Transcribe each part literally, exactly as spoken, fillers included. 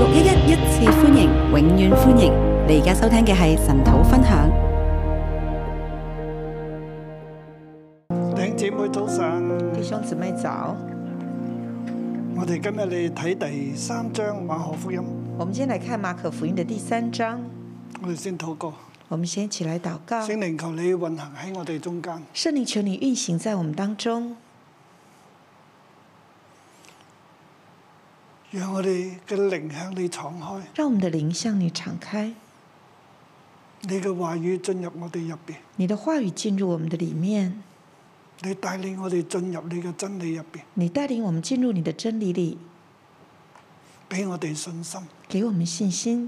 六一一一次歡迎，永遠歡迎！你而家收聽嘅係神土分享。 弟兄姊妹早晨， 弟兄姊妹早。 我哋今日嚟睇第三章馬可福音。 我們今天來看馬可福音的第三章。 我哋先禱告。 我們先一起來禱告。 聖靈求你運行喺我哋中間。 聖靈求你運行在我們當中。 讓我哋嘅靈向你敞開， 讓我們的靈向你敞開， 你嘅話語進入我哋入邊， 你的話語進入我們的裡面， 你帶領我哋進入你嘅真理入邊， 你帶領我們進入你的真理裡， 俾我哋信心， 給我們信心。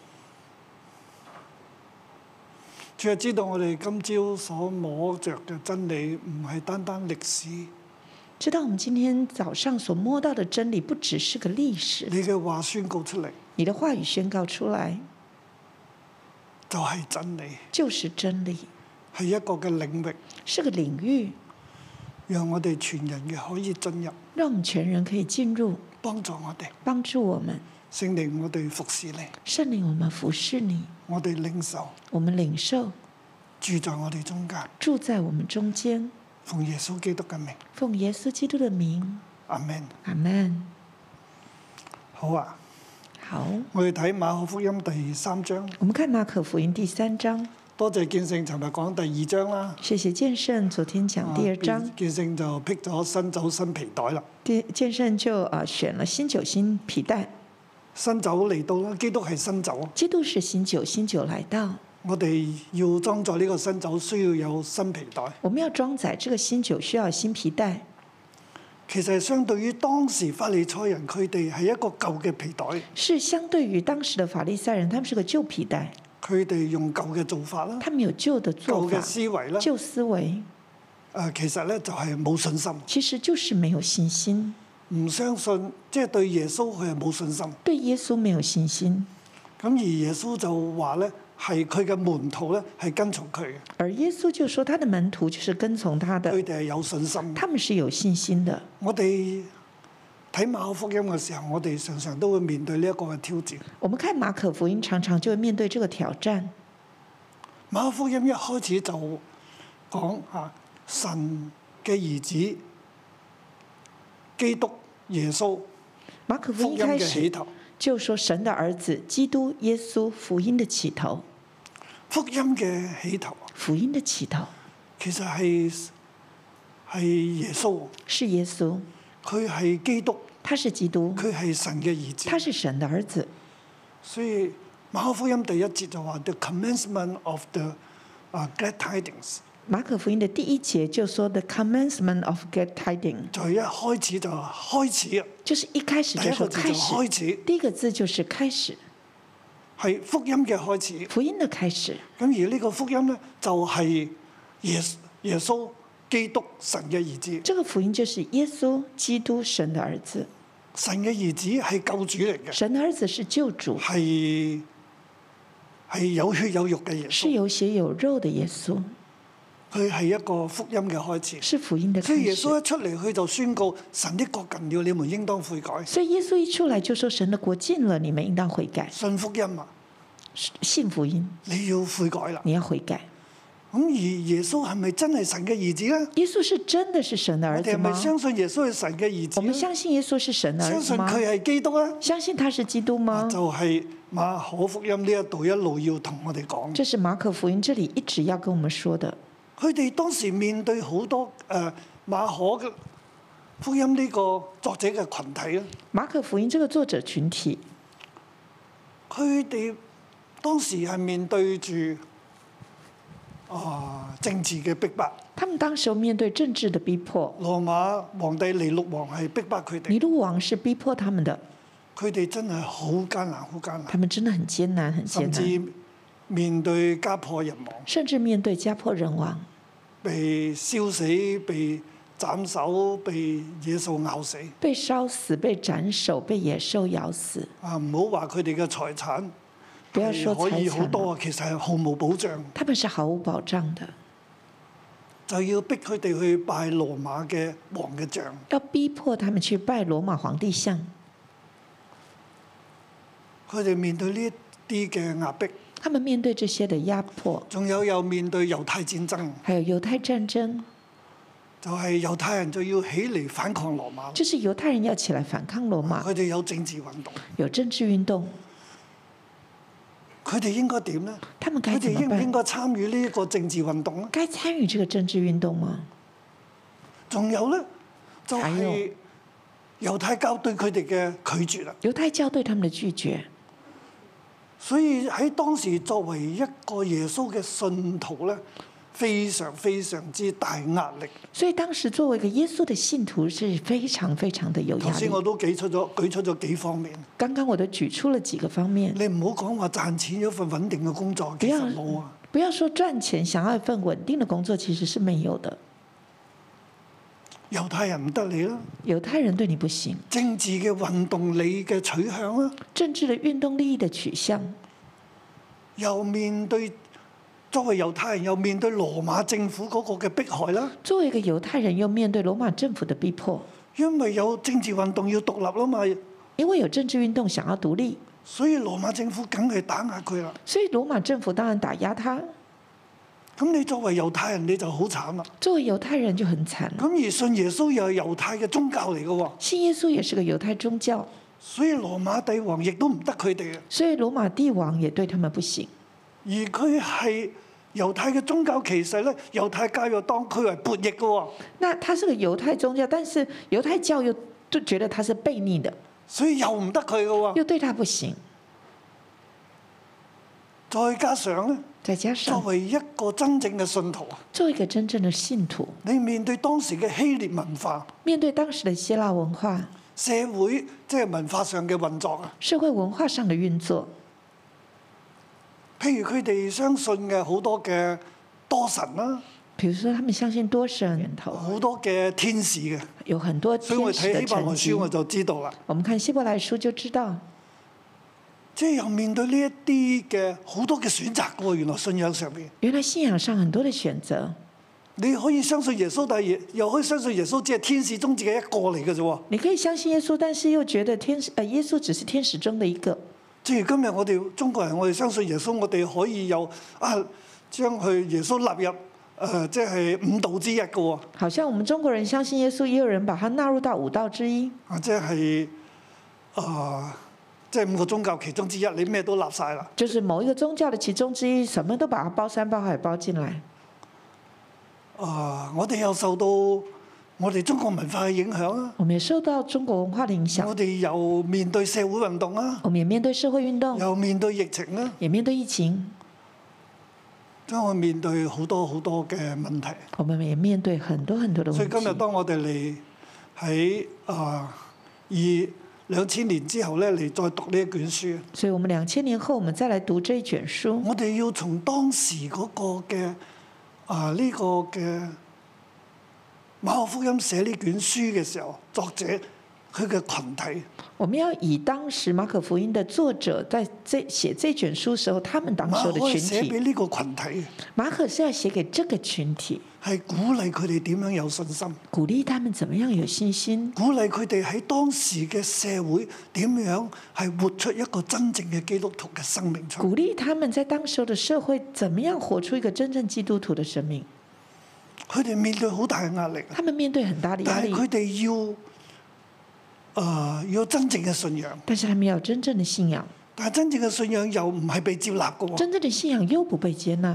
主啊，知道我哋今朝所摸着嘅真理唔係單單歷史。 知道我們今天早上所摸到的真理不只是個歷史， 你嘅話宣告出嚟， 你的話語宣告出來就係真理， 就是真理， 係一個嘅領域， 是個領域， 讓我哋全人嘅可以進入， 讓我們全人可以進入， 幫助我哋， 幫助我們。 聖靈，我哋服侍你， 聖靈，我們服侍你， 我哋領受， 我們領受， 住在我哋中間， 住在我們中間。 奉耶穌基督嘅名， 奉耶穌基督的名， 阿門， 阿門。 好啊， 好， 我哋睇馬可福音第三章。 我們看馬可福音第三章。 多謝建聖尋日講第二章啦。 謝謝建聖昨天講第二章。 啊、建聖就辟咗新酒新皮袋啦。 建聖就啊選了新酒新皮袋。 新酒嚟到啦，基督係新酒。 基督是新酒，新酒來到。 我哋要裝載呢個新酒，需要有新皮袋。 我們要裝載這個新酒，需要新皮袋。 其實相對於當時法利賽人，佢哋係一個舊嘅皮袋。 是相對於當時的法利賽人，他們是個舊皮袋。 佢哋用舊嘅做法啦。 他們有舊的做法。 舊嘅思維啦。 舊思維。 誒，其實咧就係冇信心。 其實就是沒有信心。 唔相信，即係對耶穌佢係冇信心。 對耶穌沒有信心。 咁而耶穌就話咧。係佢嘅門徒咧，係跟從佢嘅。 而耶穌就說，他的門徒就是跟從他的。 佢哋係有信心。 他們是有信心的。 我哋睇馬可福音嘅時候，我哋常常都會面對呢一個嘅挑戰。 我們看馬可福音，常常就會面對這個挑戰。 馬可福音一開始就講啊，神嘅兒子基督耶穌。 馬可福音一開始就說神的兒子基督耶穌福音的起頭， 福音嘅起頭， 福音的起頭， 其實係係耶穌， 是耶穌， 佢係基督， 他是基督， 佢係神嘅兒子， 他是神的兒子。 所以馬可福音第一節就話 The commencement of the 啊 glad tidings。 馬可福音的第一節就說 The commencement of glad tidings， 就一開始就開始啊， 就是一開始就說開始， 開始， 第一個字就是開始， 係福音嘅開始， 福音的開始。 咁而呢個福音咧就係耶耶穌基督神嘅兒子。 這個福音就是耶穌基督神的兒子。 神嘅兒子係救主嚟嘅， 神的兒子是救主， 係係有血有肉嘅耶穌， 是有血有肉的耶穌。 佢係一個福音嘅開始， 是福音的開始。 所以耶穌一出嚟，佢就宣告神的國近了，你們應當悔改。 所以耶穌一出來就說神的國近了，你們應當悔改。 信福音啊， 信福音， 你要悔改啦， 你要悔改。 咁而耶穌係咪真係神嘅兒子咧？ 耶穌是真的是神的兒子嗎？ 我哋係咪相信耶穌係神嘅兒子？ 我們相信耶穌是神的兒子嗎？ 相信佢係基督啊？ 相信他是基督嗎？ 就係馬可福音呢一度一路要同我哋講。 這是馬可福音這裡一直要跟我們說的。 佢哋當時面對好多誒、呃、馬可嘅福音呢個作者嘅群體咧。 馬可福音這個作者群體， 佢哋當時係面對住啊、呃、政治嘅逼迫。 他們當時面對政治的逼迫。 羅馬皇帝尼祿王係逼迫佢哋。 尼祿王是逼迫他們的。 佢哋真係好艱難，好艱難。 他們真的很艱難，很艱難。 甚至面對家破人亡。 甚至面對家破人亡。 被燒死、被斬首、被野獸咬死。 被燒死、被斬首、被野獸咬死。 啊！唔好話佢哋嘅財產， 不要說可以好多，其實係毫無保障。 他們是毫無保障的。 就要逼佢哋去拜羅馬嘅王嘅像。 要逼迫他們去拜羅馬皇帝像。 佢哋面對呢一啲嘅壓迫， 他們面對這些的壓迫， 仲有又面對猶太戰爭， 還有猶太戰爭， 就係猶太人就要起嚟反抗羅馬， 就是猶太人要起來反抗羅馬， 佢哋有政治運動， 有政治運動， 佢哋應該點呢？ 他們該佢哋怎麼辦？ 應唔應該參與呢一個政治運動呢？ 該參與這個政治運動嗎？ 仲有呢，就係、是、猶太教對佢哋嘅拒絕啦。 猶太教對他們的拒絕， 所以喺當時作為一個耶穌嘅信徒咧，非常非常之大壓力。 所以當時作為一個耶穌的信徒是非常非常的有壓力。 頭先我都舉出咗舉出咗幾方面。 剛剛我都舉出了幾個方面。 你唔好講話賺錢有一份穩定嘅工作，其實冇啊。 不要說賺錢，想要一份穩定的工作，其實是沒有的。 猶太人唔得你啦， 猶太人對你不行。 政治嘅運動你嘅取向啦， 政治的運動利益的取向， 又面對作為猶太人又面對羅馬政府嗰個嘅迫害啦。 作為一個猶太人又面對羅馬政府的逼迫， 因為有政治運動要獨立啦嘛。 因為有政治運動想要獨立， 所以羅馬政府梗係打壓佢啦。 所以羅馬政府當然打壓他。 咁你作為猶太人你就好慘啦。 作為猶太人就很慘。 咁而信耶穌又係猶太嘅宗教嚟嘅喎。 信耶穌也是個猶太宗教。 所以羅馬帝王亦都唔得佢哋嘅。 所以羅馬帝王也對他們不行。 而佢係猶太嘅宗教，其實咧猶太教又當佢為叛逆嘅喎。 那他是個猶太宗教，但是猶太教又就覺得他是悖逆的， 所以又唔得佢嘅喎。 又對他不行。 再加上咧。 再加上作為一個真正嘅信徒， 作為一個真正的信徒， 你面對當時嘅希臘文化， 面對當時的希臘文化， 社會即係文化上嘅運作啊， 社會文化上的運作， 譬如佢哋相信嘅好多嘅多神啦， 譬如說他們相信多神源頭， 好多嘅天使嘅， 有很多天使的， 所以我睇希伯來書我就知道啦。 我們看希伯來書就知道。 即係又面對呢一啲嘅好多嘅選擇嘅喎，原來信仰上面。 原來信仰上很多嘅選擇。 你可以相信耶穌，但係又可以相信耶穌只係天使中自己一個嚟嘅啫喎。 你可以相信耶穌，但是又覺得天使，誒耶穌只是天使中的一個。正如今日我哋中國人，我哋相信耶穌，我哋可以有啊將佢耶穌納入誒、呃，即係五道之一嘅喎。 好像我們中國人相信耶穌，也有人把它納入到五道之一。 啊，即係啊。呃即係五個宗教其中之一，你咩都立晒啦。 就是某一個宗教的其中之一，什麼都把它包山包海包進來。 啊、呃，我哋又受到我哋中國文化嘅影響啊。 我們也受到中國文化的影響。 我哋又面對社會運動啊。 我們也面對社會運動。 又面對疫情啊。 也面對疫情。 將會面對好多好多嘅問題。 我們也面對很多很多的問題。 所以今日當我哋嚟喺啊二兩千年之後咧，嚟再讀呢一卷書。 所以我們兩千年後，我們再來讀這一卷書。 我哋要從當時嗰個嘅啊呢個嘅馬可福音寫呢卷書嘅時候，作者佢嘅群體。 我們要以當時馬可福音的作者在這寫這卷書時候，他們當時的群體。馬可寫俾呢個群體。馬可是要寫給這個群體。 係鼓勵佢哋點樣有信心， 鼓勵他們怎麼樣有信心， 鼓勵佢哋喺當時嘅社會點樣係活出一個真正嘅基督徒嘅生命出嚟。 鼓勵他們在當時嘅社會怎麼樣活出一個真正基督徒嘅生命。 佢哋面對好大嘅壓力， 他們面對很大的壓力， 但係佢哋要，誒、呃、要真正嘅信仰。 但是他們要真正嘅信仰， 但係真正嘅信仰又唔係被接納嘅喎。 真正嘅信仰又不被接納。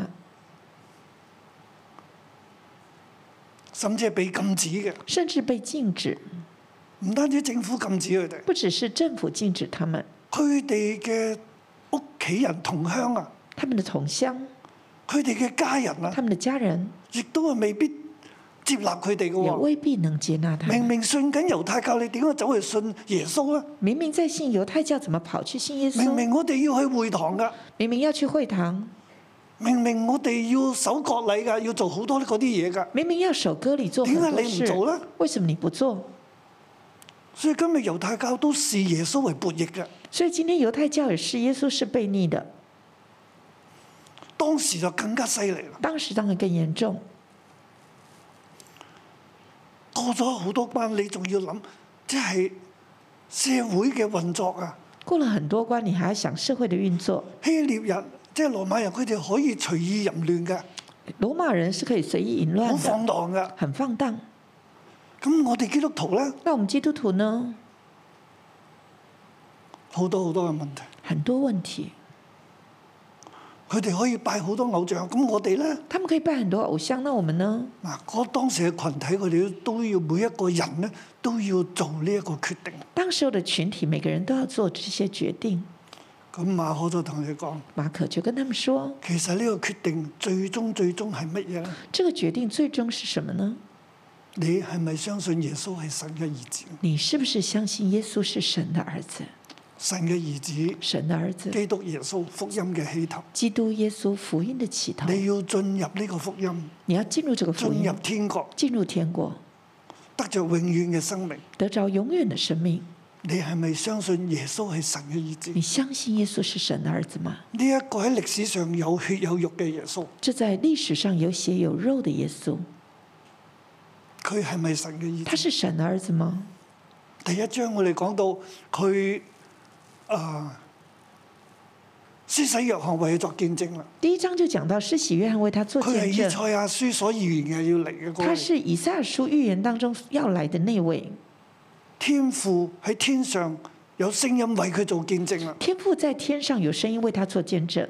甚至係被禁止嘅， 甚至被禁止。 唔單止政府禁止佢哋， 不只是政府禁止他們， 佢哋嘅屋企人同鄉啊， 他們的同鄉， 佢哋嘅家人啊， 他們的家人， 亦都係未必接納佢哋嘅喎， 也未必能接納他們。 明明信緊猶太教，你點解走去信耶穌咧？ 明明在信猶太教，怎麼跑去信耶穌？ 明明我哋要去會堂噶， 明明要去會堂。 明明我哋要守割禮㗎，要做好多嗰啲嘢㗎。 明明要守割禮做很多事， 點解你唔做咧？ 為什麼你不做？ 所以今日猶太教都視耶穌為叛逆嘅。 所以今天猶太教也視耶穌是悖逆的。 當時就更加犀利啦。 當時當然更嚴重。 過咗好多關，你仲要諗，即係社會嘅運作啊。 過了很多關，你還要想社會的運作。 希臘人即係羅馬人，佢哋可以隨意淫亂嘅。 羅馬人是可以隨意淫亂，好放蕩嘅， 很放蕩。 咁我哋基督徒咧？ 那我們基督徒呢？ 好多好多嘅問題。 很多問題。 佢哋可以拜好多偶像，咁我哋咧？ 他們可以拜很多偶像，那我們呢？ 嗱，嗰當時嘅群體，佢哋都要每一個人咧都要做呢一個決定。當時嘅群體，每個人都要做這些決定。咁馬可就同你講， 馬可就跟他們說， 其實呢個決定最終最終係乜嘢咧？ 這個決定最終是什麼呢？ 你係咪相信耶穌係神嘅兒子？ 你是不是相信耶穌是神的兒子？ 神嘅兒子， 神的兒子， 基督耶穌福音嘅起頭， 基督耶穌福音的起頭。 你要進入呢個福音， 你要進入這個福音， 進入天國， 進入天國， 得着永遠嘅生命， 得着永遠的生命。 你係咪相信耶穌係神嘅兒子？ 你相信耶穌是神的兒子嗎？ 呢一個喺歷史上有血有肉嘅耶穌， 這在歷史上有血有肉的耶穌， 佢係咪神嘅兒子？ 他是神的兒子嗎？ 第一章我哋講到佢。啊！施洗約翰為佢作見證啦。第一章就講到施洗約翰為他做見證。佢係以賽亞書所預言嘅要嚟嘅。 他是以賽亞書預言當中要來的那位。 天父喺天上有聲音為佢做見證啦。 天父在天上有聲音為他做見證。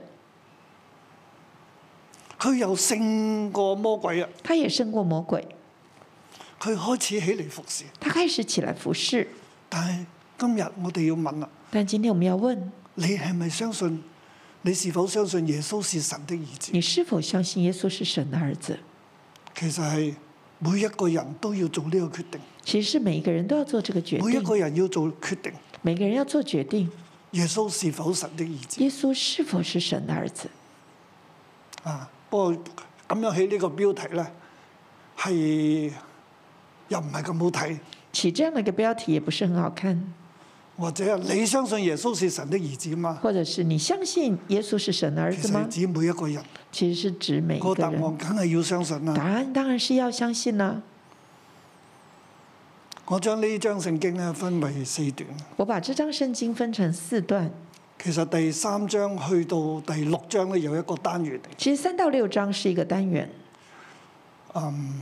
佢又勝過魔鬼啊！ 他也勝過魔鬼。 佢開始起嚟服侍。 他開始起來服侍。 但係今日我哋要問啦。 但今天我們要問， 你係咪相信？你是否相信耶穌是神的兒子？ 你是否相信耶穌是神的兒子？ 其實係每一個人都要做呢個決定。 其實是每一個人都要做這個決定。 每一個人要做決定。 每個人要做決定。 耶穌是否神的兒子？ 耶穌是否是神的兒子？ 啊，不過咁樣起呢個標題咧，係又唔係咁好睇。 起這樣的一個標題也不是很好看。 或者你相信耶穌是神的兒子嗎？ 或者是你相信耶穌是神的兒子嗎？ 其實指每一個人。 其實是指每一個人。個答案梗係要相信啦。 答案當然是要相信啦。 我將呢張聖經咧分為四段。 我把這張聖經分成四段。 其實第三章去到第六章咧有一個單元。 其實三到六章是一個單元。 嗯，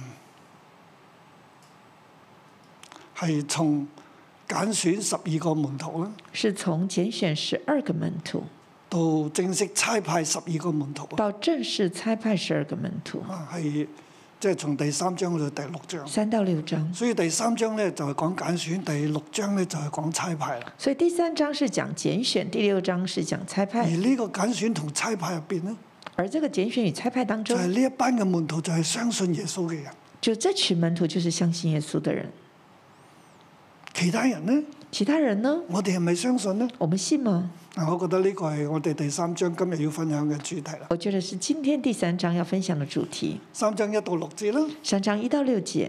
係從揀選十二個門徒啦， 是從揀選十二個門徒到正式差派十二個門徒， 到正式差派十二個門徒， 啊，係即係從第三章到第六章， 三到六章。所以第三章咧就係講揀選，第六章咧就係講差派啦。 所以第三章是講揀選，第六章是講差派。 而呢個揀選同差派入邊呢， 而這個揀選與差派當中， 就係呢一班嘅門徒就係相信耶穌嘅人， 就這群門徒就是相信耶穌嘅人。 其他人呢？ 其他人呢？ 我哋係咪相信呢？ 我們信嗎？ 啊，我覺得呢個係我哋第三章今日要分享嘅主題啦。 我覺得是今天第三章要分享嘅主題。 三章一到六節啦。 三章一到六節。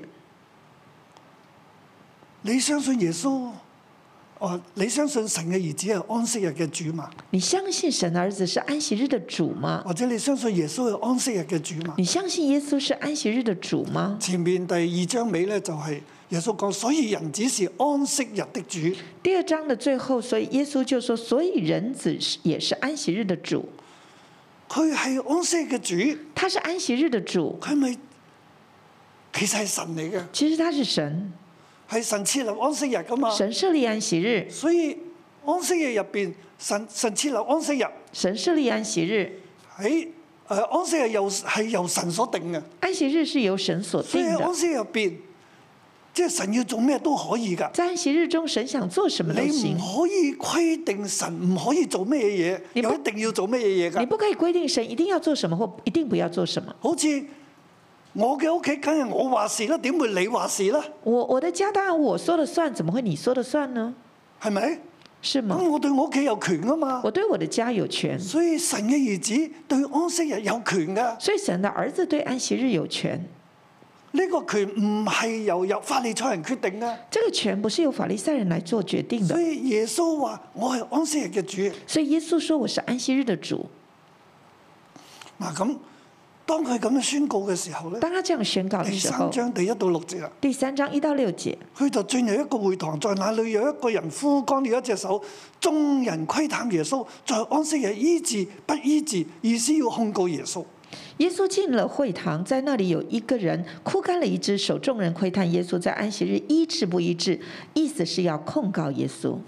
你相信耶穌？哦，你相信神嘅兒子係安息日嘅主嘛？ 你相信神的兒子是安息日的主嗎？ 或者你相信耶穌係安息日嘅主嘛？ 你相信耶穌是安息日的主嗎？ 前面第二章尾咧就係耶穌講，所以人子是安息日的主。 第二章的最後，所以耶穌就說，所以人子也是安息日的主。 佢係安息日嘅主， 他是安息日的主。 佢咪其實係神嚟嘅？ 其實他是神。 係神設立安息日噶嘛？ 神設立安息日， 所以安息日入邊，神神設立安息日。 神設立安息日， 喺誒安息日又係由神所定嘅。 安息日是由神所定嘅。 所以安息日入邊，即係神要做咩都可以㗎。 在安息日中，神想做什麼都行。 你唔可以規定神唔可以做咩嘢，又一定要做咩嘢㗎？ 你不可以規定神一定要做什麼或一定不要做什麼。 好似我嘅屋企梗係我話事啦，點會你話事啦？ 我我的家當然我說了算，怎麼會你說了算呢？ 係咪？ 是嗎？ 咁我對我屋企有權啊嘛。 我對我的家有權。 所以神嘅兒子對安息日有權噶。 所以神的兒子對安息日有權。 呢個權唔係由由法利賽人決定嘅。 這個權不是由法利賽人來做決定的。 所以耶穌話：我係安息日嘅主。 所以耶穌說：我是安息日的主。 嗱咁。 當佢咁樣宣告嘅時候咧， 當他這樣宣告嘅時候， 第三章第一到六節啦。 第三章一到六節， 佢就進入一個會堂，在那裏有一個人枯乾了一隻手，眾人窺探耶穌，在安息日醫治不醫治，意思要控告耶穌。 耶穌進了會堂，在那裡有一個人枯乾了一隻手，眾人窺探耶穌在安息日醫治不醫治，意思是要控告耶穌。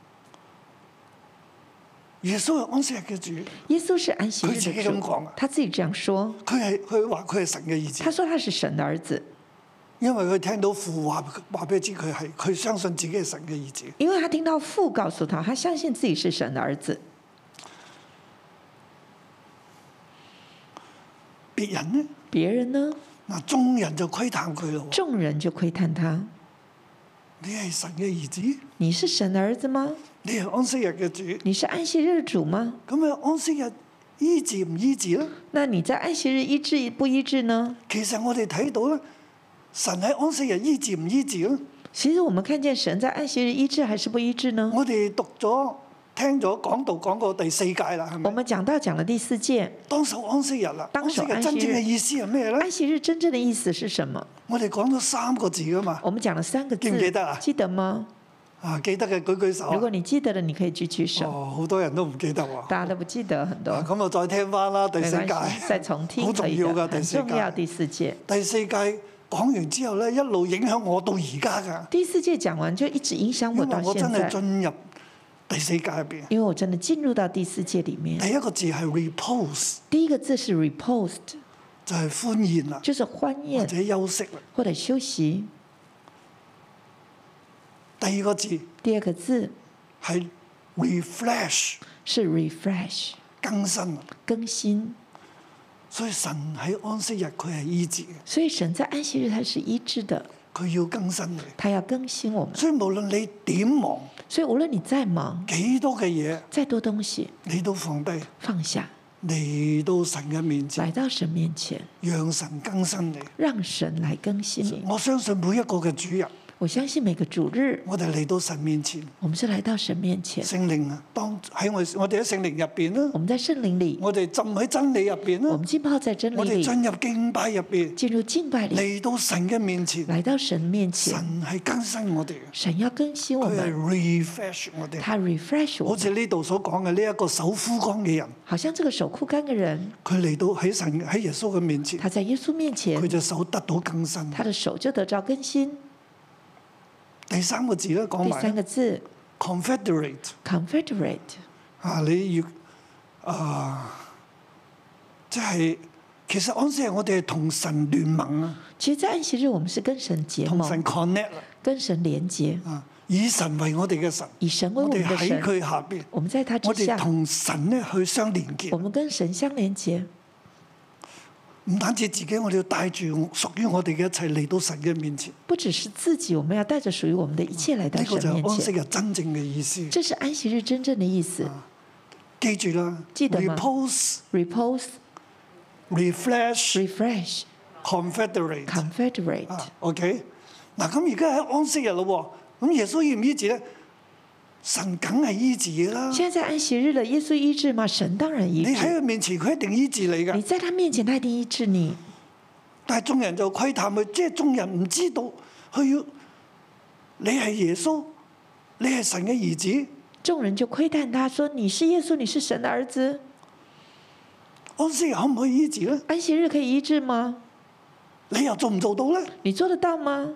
耶穌係安息日嘅主， 耶穌是安息日嘅主， 佢自己咁講啊， 他自己這樣說。 佢係佢話佢係神嘅兒子。 他說他是神的兒子， 因為佢聽到父話話俾佢知佢係，佢相信自己係神嘅兒子。 因為他聽到父告訴他，他相信自己是神的兒子。 別人呢？ 別人呢？ 嗱，眾人就窺探佢咯。 眾人就窺探他。 你係神嘅兒子？ 你是神的兒子嗎？ 你係安息日嘅主？ 你是安息日主嗎？ 咁啊，安息日醫治唔醫治咧？ 那你在安息日醫治不醫治呢？ 其實我哋睇到咧，神喺安息日醫治唔醫治咧？ 其實我們看見神在安息日醫治還是不醫治呢？ 我哋讀咗。聽咗講道講過第四屆啦，係咪？ 我們講到講了第四屆， 當守安息日啦。 當守安息日真正嘅意思係咩咧？ 安息日真正嘅意思是什麼？ 我哋講咗三個字噶嘛。 我們講了三個字， 記唔記得啊？ 記得嗎？ 啊，記得嘅舉舉手。 如果你記得的，你可以舉舉手。 哦，好多人都唔記得喎。 大家都不記得很多。 咁我再聽翻啦，第四屆。 再重聽。 好重要㗎，第四屆。 很重要，第四屆。 第四屆講完之後咧，一路影響我到而家㗎。 第四屆講完就一直影響我到現在。 因為我真係進入第四屆入邊， 因為我真的進入到第四屆裡面。 第一個字係 repose， 第一個字是 reposed， 就係歡宴啦， 就是歡宴或者休息啦， 或者休息。 第二個字， 第二個字係 refresh， 是 refresh， 更新， 更新。 所以神喺安息日佢係醫治嘅， 所以神在安息日他是醫治的， 佢要更新你， 他要更新我們。 所以無論你點忙， 所以無論你再忙， 幾多嘅嘢， 再多東西， 你都放低， 放下， 嚟到神嘅面前， 來到神面前， 讓神更新你， 讓神來更新你。 我相信每一個嘅主日， 我相信每個主日， 我哋嚟到神面前， 我們是來到神面前。 聖靈啊，當喺我我哋喺聖靈入邊啦， 我們在聖靈裡， 我哋浸喺真理入邊啦， 我們浸泡在真理裡， 我哋進入敬拜入邊， 進入敬拜裡， 嚟到神嘅面前， 來到神面前， 神係更新我哋嘅， 神要更新我們， 佢係 refresh 我哋， 他 refresh 我們， 好似呢度所講嘅呢一個手枯乾嘅人， 好像這個手枯乾嘅人， 佢嚟到喺神喺耶穌嘅面前， 他在耶穌面前， 佢隻手得到更新， 他的手就得着更新。 第三個字咧講埋， 第三個字 confederate，confederate 啊，你要啊，即係其實安息日我哋係同神聯盟啊。 其實，在安息日我們是跟神結盟， 同神 connect 跟神連結啊，以神為我哋嘅神， 以神為我們的神， 我哋喺佢下邊， 我們在他之下， 我哋同神咧去相連結， 我們跟神相連結。 唔單止自己，我哋要帶住屬於我哋嘅一切嚟到神嘅面前。 不只是自己，我們要帶着屬於我們的一切來到神面前。 呢個就係安息日真正嘅意思。 這是安息日真正的意思。 啊、記住啦， 記得嗎 ？Repose、 Repose、 Refresh、 Refresh、 Confederate、 Confederate、 啊。OK， 嗱咁而家喺安息日咯，咁耶穌醫唔醫治咧？神梗係醫治嘅啦。 現在在安息日了，耶穌醫治嗎？神當然醫治。 你喺佢面前，佢一定醫治你㗎。 你在他面前，他一定醫治你。 但係眾人就窺探佢，即係眾人唔知道佢要你係耶穌，你係神嘅兒子。 眾人就窺探他說：你是耶穌，你是神的兒子。 安息日可唔可以醫治咧？ 安息日可以醫治嗎？ 你又做唔做到咧？ 你做得到嗎？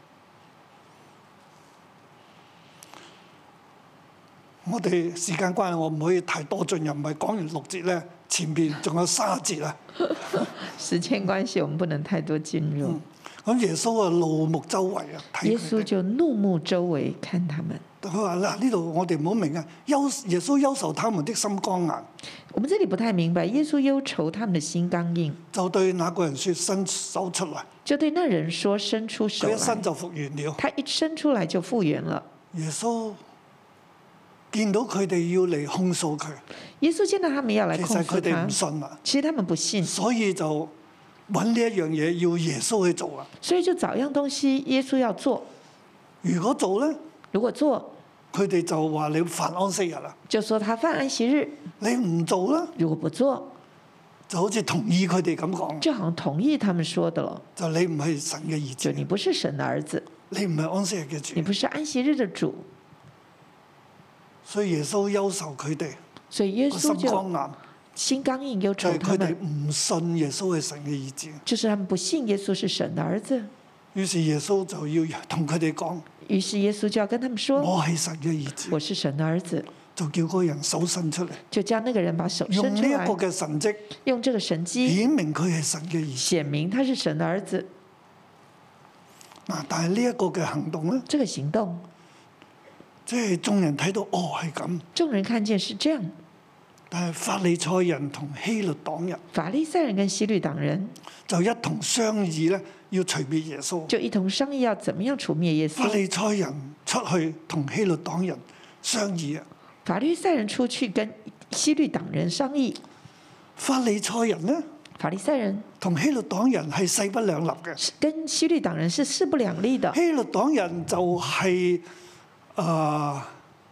我哋時間關係，我唔可以太多進入，唔係講完六節咧，前邊仲有三節啊。 時間關係，我們不能太多進入。 咁、嗯、耶穌啊，怒目周圍啊，睇耶穌就怒目周圍看他們。 佢話嗱，呢度我哋唔好明啊，憂耶穌憂愁他們的心剛硬。 我們這裡不太明白，耶穌憂愁他們的心剛硬， 就對那個人說：伸手出來。 就對那人說：伸出手來。 佢一伸就復原了。 他一伸出來就復原了。 耶穌見到佢哋要嚟控訴佢， 耶穌見到他們要嚟控訴他， 其實佢哋唔信啊。 其實他們不信， 所以就揾呢一樣嘢要耶穌去做啊。 所以就找樣東西耶穌要做。 如果做咧， 如果做， 佢哋就話你犯安息日啦。 就說他犯安息日。 你唔做啦， 如果不做， 就好似同意佢哋咁講， 就好像同意他們說的咯。 就你唔係神嘅兒子， 就你不是神的兒子， 你唔係安息日嘅主， 你不是安息日的主。 所以耶穌憂愁佢哋， 所以耶穌就心剛硬， 心剛硬憂愁他們。 佢哋唔信耶穌係神嘅兒子， 就是他們不信耶穌是神的兒子。 於是耶穌就要同佢哋講， 於是耶穌就要跟他們說： 我係神嘅兒子， 我是神的兒子。 就叫嗰個人手伸出嚟， 就叫那個人把手伸出來， 用呢一個嘅神蹟， 用這個神蹟顯明佢係神嘅兒子， 顯明他是神的兒子。 嗱，但係呢一個嘅行動咧， 這個行動， 即係眾人睇到，哦係咁， 眾人看見是這樣， 但係法利賽人同希律黨人， 法利賽人跟希律黨人就一同商議咧，要除滅耶穌， 就一同商議要怎麼樣除滅耶穌。 法利賽人出去同希律黨人商議啊。 法利賽人出去跟希律黨人商議， 法利賽人呢？ 法利賽人同希律黨人係勢不兩立嘅， 跟希律黨人是勢不兩立的。 希律黨人就係、是、啊、呃、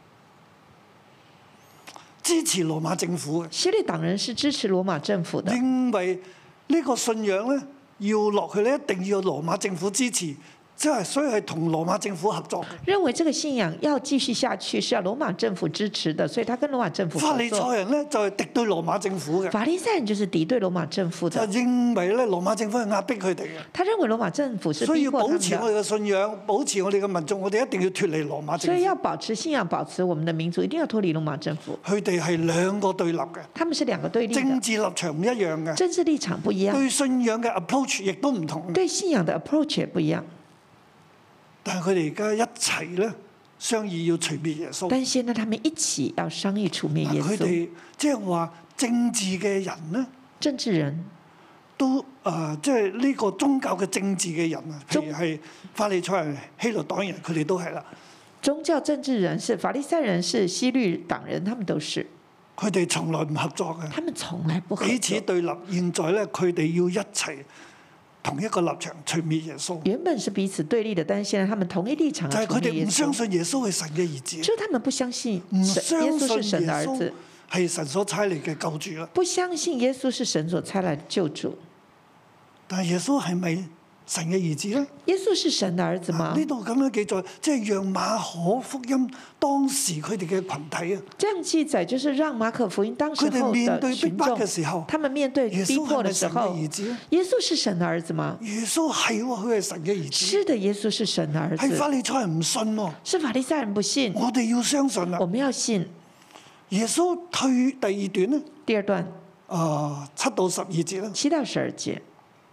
支持羅馬政府嘅， 希律黨人是支持羅馬政府的， 認為呢個信仰咧要落去咧，一定要羅馬政府支持。即係所以係同羅馬政府合作嘅。 認為這個信仰要繼續下去，是要羅馬政府支持的，所以他跟羅馬政府合作。 法利賽人咧就係敵對羅馬政府嘅。 法利賽人就是敵對羅馬政府的。 就認為咧羅馬政府係壓迫佢哋嘅。 他認為羅馬政府是所以要逼迫他們的。 保持我哋嘅信仰，保持我哋嘅民族，我哋一定要脫離羅馬政府。 所以要保持信仰，保持我們的民族，一定要脫離羅馬政府。 佢哋係兩個對立嘅。 他們是兩個對立的。 政治立場唔一樣嘅。 政治立場不一樣。 對信仰嘅 approach 亦都唔同。 對信仰的 approach 也不一樣。 但係佢哋而家一齊咧商議要除滅耶穌。 但現在他們一起要商議除滅耶穌。 佢哋即係話政治嘅人呢， 政治人都啊，即係呢個宗教嘅政治嘅人啊，譬如係法利賽人、希律黨人，佢哋都係啦。 宗教政治人是法利賽人，是希律黨人，他們都是。 佢哋從來唔合作嘅。 他們從來不合作。 彼此對立，現在咧佢哋要一齊。同一個立場除滅耶穌， 原本是彼此對立的，但是現在他們同一立場。 就係佢哋唔相信耶穌係神嘅兒子， 就他們不相信唔相信耶穌是神的兒子， 係神所差嚟嘅救主啦。 不相信耶穌是神所差來的救主。 但係耶穌係咪神嘅兒子咧？ 耶穌是神的兒子嗎？ 呢度咁樣記載，即係讓馬可福音當時佢哋嘅群體啊。 這樣記載就是讓馬可福音當時候的群眾， 佢哋面對逼迫嘅時候， 他們面對逼迫嘅時候，耶穌是神的兒子嗎？ 耶穌係喎，佢係神嘅兒子。 是的，耶穌是神的兒子。 係法利賽人唔信喎。 是法利賽人不信。 我哋要相信啦。 我們要信。 耶穌退第二段呢？ 第二段。 啊、呃，七到十二節啦。 七到十二節。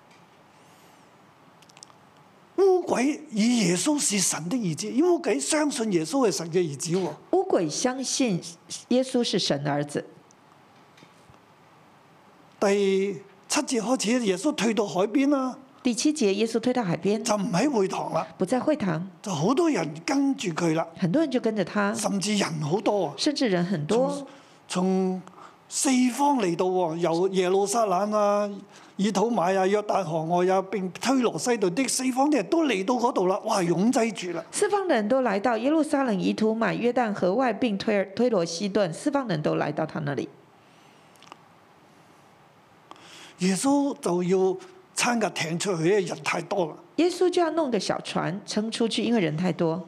污鬼以耶穌是神的兒子，污鬼相信耶穌係神嘅兒子喎。 污鬼相信耶穌是神的兒子。 第七節開始，耶穌退到海邊啦。 第七節，耶穌退到海邊， 就唔喺會堂啦， 不在會堂， 就好多人跟住佢啦。 很多人就跟着他， 甚至人好多， 甚至人很多， 從，從四方嚟到喎，由耶路撒冷啊、以土買啊、約旦河外啊，並推羅西頓的四方啲人都嚟到嗰度啦，哇，擁擠住啦。 四方人都來到耶路撒冷、以土買、約旦河外並推推羅西頓，四方人都來到他那裡。 耶穌就要撐架艇出去，因為人太多啦。 耶穌就要弄個小船撐出去，因為人太多。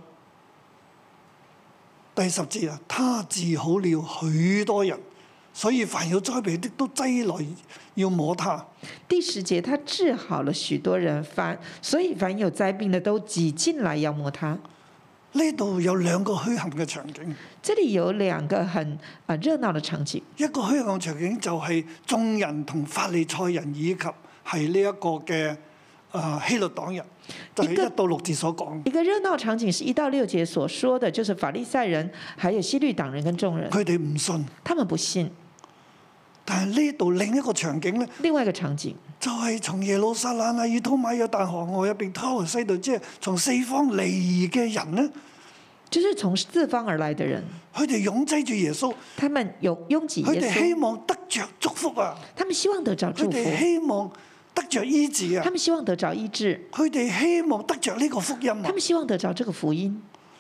第十節啊，他治好了許多人，所以凡有災病的都擠來要摸他。 第十節，他治好了許多人，凡所以凡有災病的都擠進來要摸他。 呢度有兩個虛行嘅場景。 這裡有兩個很啊熱鬧的場景。 一個虛行場景就係眾人同法利賽人以及係呢一個嘅啊希律黨人，就係、是、一到六節所講。 一個熱鬧場景是一到六節所說的，就是法利賽人，還有希律黨人跟眾人。 佢哋唔信， 他們不信。 但係呢度另一個場景咧， 另外一個場景就係、是、從耶路撒冷啊、以土買、約旦河外入邊推羅西頓，即係從四方嚟嘅人咧。 就是從四方而來的人， 佢哋擁擠住耶穌， 他們有擁擠耶穌， 佢哋希望得着祝福啊！ 他們希望得着祝福， 佢哋希望得着醫治啊！ 他們希望得着醫治， 佢哋希望得着呢個福音啊！ 他們希望得着這個福音。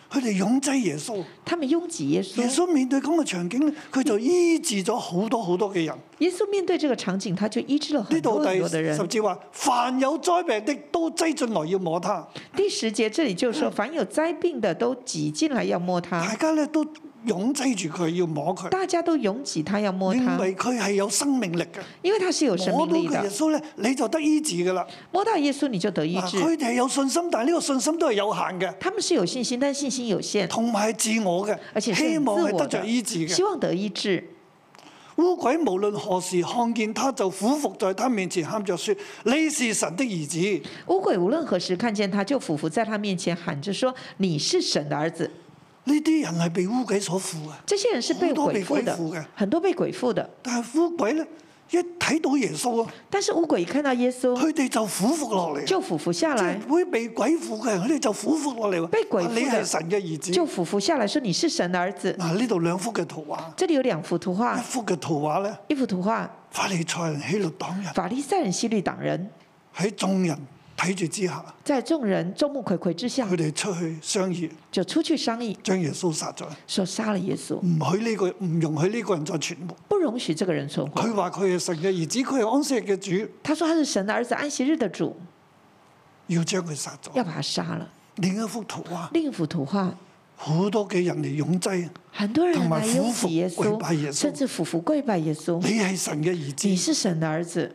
佢哋擁擠耶穌， 他們擁擠耶穌。 耶穌面對咁嘅場景咧，佢就醫治咗好多好多嘅人。 耶穌面對這個場景，他就醫治了很多很多的人。 甚至話，凡有災病的都擠進來要摸他。 第十節這裡就說，凡有災病的都擠進來要摸他。 大家咧都擁擠住佢要摸佢， 大家都擁擠他要摸他， 因為佢係有生命力嘅， 因為他是有生命力的。 摸到耶穌咧，你就得醫治噶啦。 摸到耶穌你就得醫治。 佢哋係有信心，但係呢個信心都係有限嘅。 他們是有信心，但信心有限， 同埋係自我嘅， 而且希望係得着醫治嘅， 希望得醫治。 污鬼無論何時看見他，就俯伏在他面前喊着說：你是神的兒子。 污鬼無論何時看見他，就俯伏在他面前喊着說：你是神的兒子。 呢啲人係被污鬼所附嘅， 這些人是被鬼附的，很多被鬼附的。 但係污鬼咧，一睇到耶穌啊， 但是污鬼一看到耶穌， 佢哋就俯伏落嚟， 就俯伏下來。 即係會被鬼附嘅人，佢哋就俯伏落嚟， 被鬼附的， 你係神嘅兒子， 就俯伏下來，說你是神的兒子。 嗱，呢度兩幅嘅圖畫， 這裡有兩幅圖畫， 一幅嘅圖畫咧， 一幅圖畫， 法利賽人希律黨人， 法利賽人希律黨人喺眾人睇住之下， 在眾人眾目睽睽之下， 佢哋出去商議， 就出去商議， 將耶穌殺咗， 說殺了耶穌， 唔許呢個唔容許呢個人再存活， 不容許這個人存活。 佢話佢係神嘅兒子，佢係安息日嘅主。 他說他是神的兒子，安息日的主， 要將佢殺咗， 要把他殺了。 另一幅圖畫， 另一幅圖畫， 好多嘅人嚟擁擠， 很多人來擁擠耶穌， 跪拜耶穌， 甚至俯伏跪拜耶穌。 你係神嘅兒子， 你是神的兒子。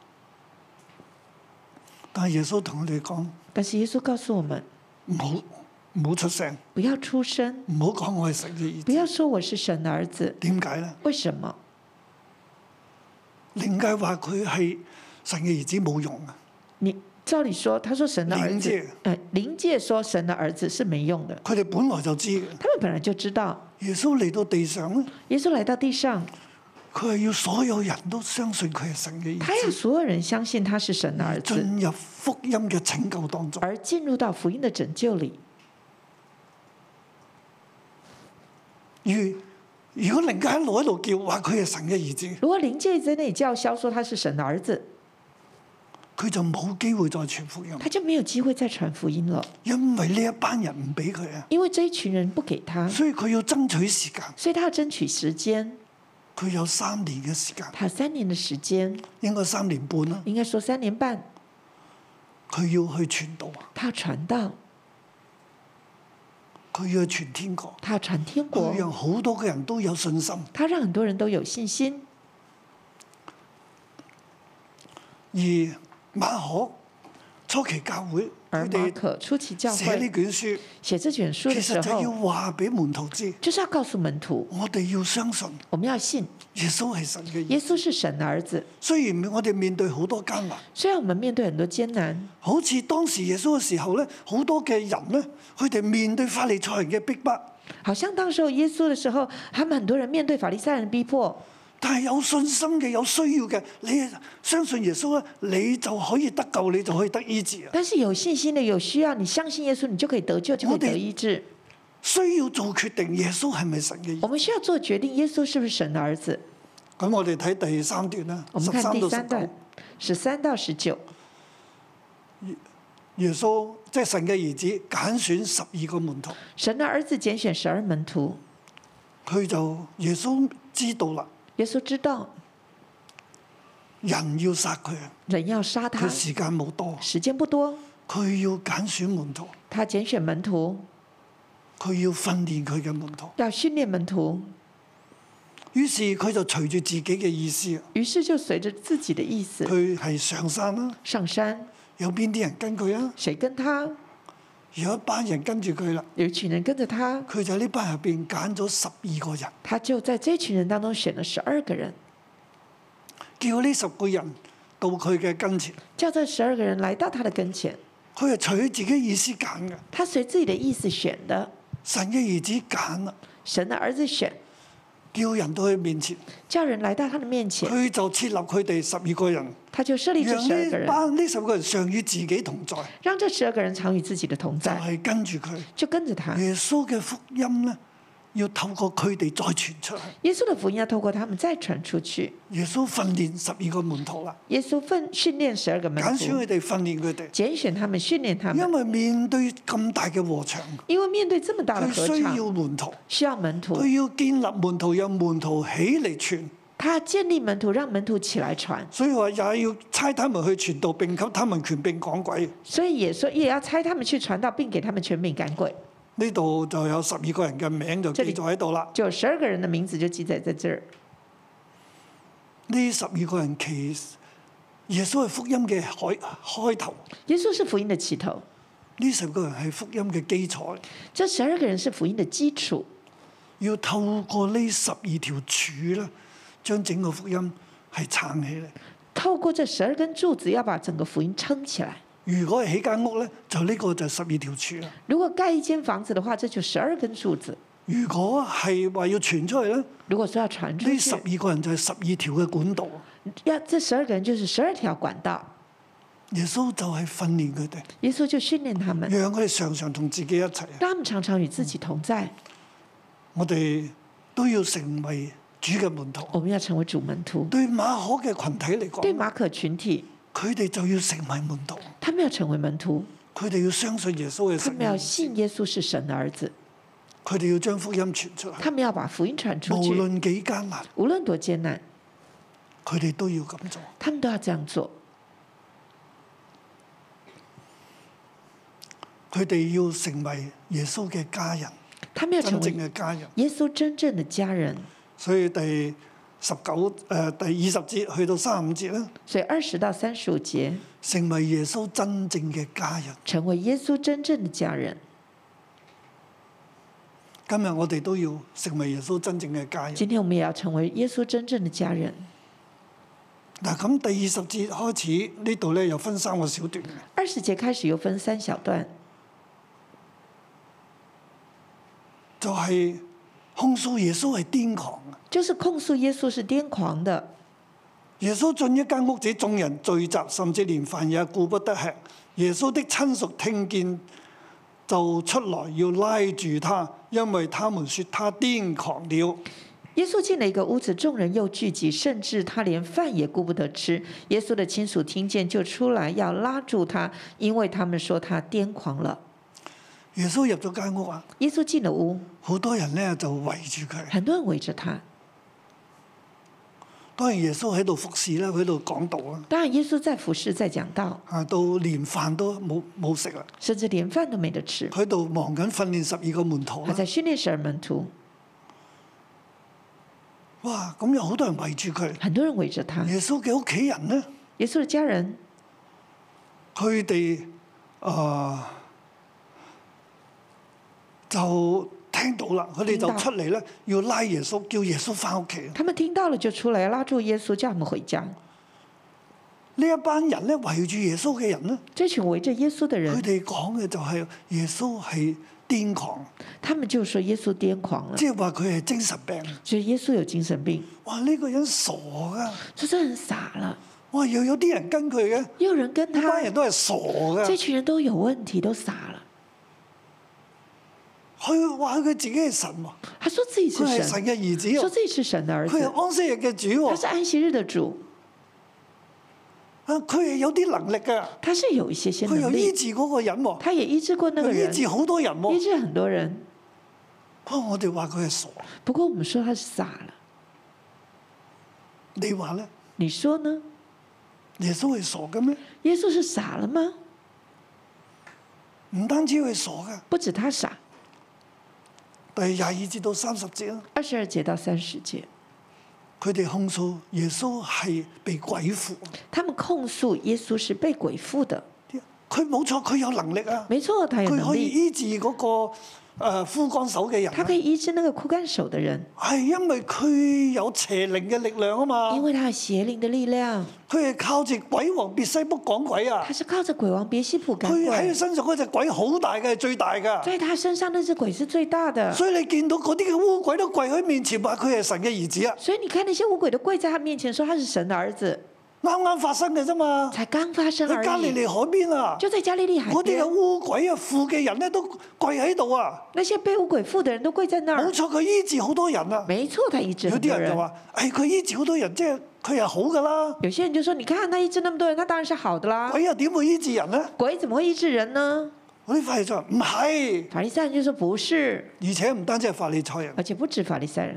但係耶穌同我哋講， 但是耶穌告訴我們， 唔好唔好出聲， 不要出聲， 唔好講我係神嘅兒子， 不要說我是神的兒子。 點解呢？ 為什麼？ 靈界話佢係神嘅兒子冇用啊！ 你照理說，他說神的兒子，誒、呃，靈界說神的兒子是沒用的。 佢哋本來就知嘅， 他們本來就知道。 耶穌嚟到地上咧， 耶穌來到地上， 佢係要所有人都相信佢係神嘅兒子。 他要所有人相信他是神的兒子， 進入福音嘅拯救當中， 而進入到福音的拯救裏。 如如果靈界一路喺度叫話佢係神嘅兒子， 如果靈界在那裡叫囂說他是神的兒子， 佢就冇機會再傳福音， 他就沒有機會再傳福音了。 因為呢一班人唔俾佢啊， 因為這一群人不給他， 所以佢要爭取時間， 所以他要爭取時間。 佢有三年嘅時間， 他有三年嘅時間， 應該三年半啦， 應該說三年半， 佢要去傳道， 他要傳道， 佢要去傳天國， 他要傳天國， 佢讓好多嘅人都有信心， 他讓很多人都有信心。 而馬可初期教會， 而馬可初期教會寫呢卷書， 寫這卷書嘅時候， 其實就要話俾門徒知， 就是要告訴門徒， 我哋要相信， 我們要信耶穌係神嘅兒子， 耶穌是神的兒子。 雖然我哋面對好多艱難， 雖然我們面對很多艱難， 好似當時耶穌嘅時候咧，好多嘅人咧，佢哋面對法利賽人嘅逼迫， 好像當時候耶穌嘅時候，他們很多人面對法利賽人的逼迫。 但係有信心嘅、有需要嘅，你相信耶穌咧，你就可以得救，你就可以得醫治啊！ 但是有信心嘅、有需要，你相信耶穌，你就可以得救，就可以得醫治。 需要做決定，耶穌係咪神嘅兒子？ 我們需要做決定，耶穌是不是神的兒子？ 咁我哋睇第三段啦， 我們看第三段，十三到十九。 耶穌即係神嘅兒子，揀選十二個門徒。 神的兒子揀選十二門徒， 佢就耶穌知道啦。 耶穌知道人要殺佢， 人要殺他， 佢時間冇多， 時間不多， 佢要揀選門徒， 他揀選門徒， 佢要訓練佢嘅門徒， 要訓練門徒。 於是佢就隨住自己嘅意思， 於是就隨着自己的意思， 佢係上山啦， 上山， 有邊啲人跟佢啊？ 誰跟他？ 有一班人跟住佢啦， 有一群人跟着他， 佢就喺呢班入邊揀咗十二個人， 他就在這群人當中選了十二個人， 叫呢十個人到佢嘅跟前， 叫這十二個人來到他的跟前， 佢係隨自己意思揀嘅， 他隨自己的意思選的， 神嘅兒子揀啦， 神的兒子選， 叫人到佢面前， 叫人來到他的面前， 佢就設立佢哋十二個人， 他就設立這十二個人， 讓呢十個人常與自己同在， 讓這十二個人常與自己的同在， 就係跟住佢， 就跟着他。 耶穌嘅福音咧， 要透過佢哋再傳出去。 耶穌的福音要透過他們再傳出去。 耶穌訓練十二個門徒啦。 耶穌訓訓練十二個門徒。 揀選佢哋，訓練佢哋。 揀選他們，訓練他們。 因為面對咁大嘅禾場， 因為面對這麼大的禾場， 佢需要門徒， 需要門徒。 佢要建立門徒，讓門徒起嚟傳。 他建立門徒，讓門徒起來傳。 所以話也要差他們去傳道，並給他們權柄趕鬼。 所以也說也要差他們去傳道，並給他們權柄趕鬼。 呢度就有十二個人嘅名就記載喺度啦。 就十二個人的名字就記載在這兒。 呢十二個人其實耶穌係福音嘅開開頭。 耶穌是福音的起頭。 呢十個人係福音嘅基礎。 這十二個人是福音的基礎。 要透過呢十二條柱咧，將整個福音係撐起嚟。 透過這十二根柱子，要把整個福音撐起來。 如果係起間屋咧，就呢個就十二條柱啦。 如果蓋一間房子的話，這就十二根柱子。 如果係話要傳出去咧， 如果說要傳出去， 呢十二個人就係十二條嘅管道。 要這十二個人就是十二條管道。 耶穌就係訓練佢哋。 耶穌就訓練他們， 讓佢哋常常同自己一齊。 讓他們常常與自己同在。 我哋都要成為主嘅門徒。 我們要成為主門徒。 對馬可嘅群體嚟講， 對馬可群體， 佢哋就要成為門徒。 他們要成為門徒。 佢哋要相信耶穌嘅神。 他們要信耶穌是神的兒子。 佢哋要將福音傳出去。 他們要把福音傳出去。 無論幾艱難， 無論多艱難， 佢哋都要咁做。 他們都要這樣做。 佢哋要成為耶穌嘅家人。 他們要成為真正嘅家人。 耶穌真正的家人。 所以第十九誒第二十節去到三十五節啦。 所以二十到三十五節， 成為耶穌真正嘅家人。 成為耶穌真正的家人。 今日我哋都要成為耶穌真正嘅家人。 今天我們也要成為耶穌真正的家人。 嗱，咁第二十節開始呢度咧，又分三個小段。 二十節開始又分三小段， 就係控訴耶穌係癲狂。 就是控訴耶穌是癲狂的。 耶穌進一間屋子，眾人聚集，甚至連飯也顧不得吃。耶穌的親屬聽見就出來要拉住他，因為他們說他癲狂了。 耶穌進了一個屋子，眾人又聚集，甚至他連飯也顧不得吃。耶穌的親屬聽見就出來要拉住他，因為他們說他癲狂了。 耶穌入咗間屋啊！ 耶穌進了屋， 好多人咧就圍住佢。 很多人圍着他。 當然耶穌喺度服侍啦，佢喺度講道啊。 當然耶穌在服侍，在講道。 啊，到連飯都冇冇食啦。 甚至連飯都沒得吃。 佢喺度忙緊訓練十二個門徒。 他在訓練十二門徒。 哇！咁有好多人圍住佢。 很多人圍着他。 耶穌嘅屋企人呢？ 耶穌嘅家人。 佢哋啊就聽到啦，佢哋就出嚟咧，要拉耶穌，叫耶穌翻屋企。 他們聽到了就出嚟拉住耶穌，叫他們回家。 呢一班人咧圍住耶穌嘅人呢？ 這群圍着耶穌嘅人， 佢哋講嘅就係耶穌係癲狂。 他們就說耶穌癲狂了， 即係話佢係精神病。 所以耶穌有精神病。 哇！呢個人傻噶， 這真人傻了。 哇！又有啲人跟佢嘅， 有人跟他， 班人都係傻噶。 這群人都有問題，都傻了。 佢話佢自己係神喎， 他說自己是神， 佢係神嘅兒子， 說自己是神的兒子， 佢係安息日嘅主喎， 他是安息日的主。 啊，佢係有啲能力㗎， 他是有一些些能力， 佢又醫治嗰個人喎， 他也醫治過那個人， 醫治好多人喎， 醫治很多人。 不過我哋話佢係傻， 不過我們說他是傻了。 你話咧？ 你說呢？ 耶穌係傻嘅咩？ 耶穌是傻了嗎？ 唔單止佢傻㗎， 不止他傻。 第廿二節到三十節啦。 二十二節到三十節， 佢哋控訴耶穌係被鬼附。 他們控訴耶穌是被鬼附的。 佢冇錯，佢有能力啊。 沒錯，他有能力。 佢可以醫治嗰個誒枯乾手嘅人。 他可以醫治那個枯乾手的人。 係因為佢有邪靈嘅力量啊嘛。 因為他有邪靈的力量。 佢係靠住鬼王別西卜趕鬼啊。 他是靠着鬼王別西卜趕鬼。 佢喺佢身上嗰隻鬼好大嘅，係最大㗎。 在他身上那隻鬼是最大的。 所以你見到嗰啲嘅污鬼都跪喺面前話佢係神嘅兒子啊。 所以你看那些污鬼都跪在他面前說他是神的兒子。 啱啱發生嘅啫嘛， 才剛發生而已。 喺加利利海邊啊， 就在加利利海邊。 嗰啲有污鬼啊、附嘅人咧都跪喺度啊。 那些被污鬼附的人都跪在那兒。 冇錯，佢醫治好多人啊。 沒錯，他醫治很多人。 有啲人就話：誒，佢醫治好多人，即係佢係好噶啦。 有些人就說：你看，他醫治那麼多人，他當然是好的啦。 鬼又點會醫治人呢？ 鬼怎麼會醫治人呢？ 嗰啲法利賽人唔係。 法利賽人就說不是， 而且唔單止係法利賽人， 而且不止法利賽人。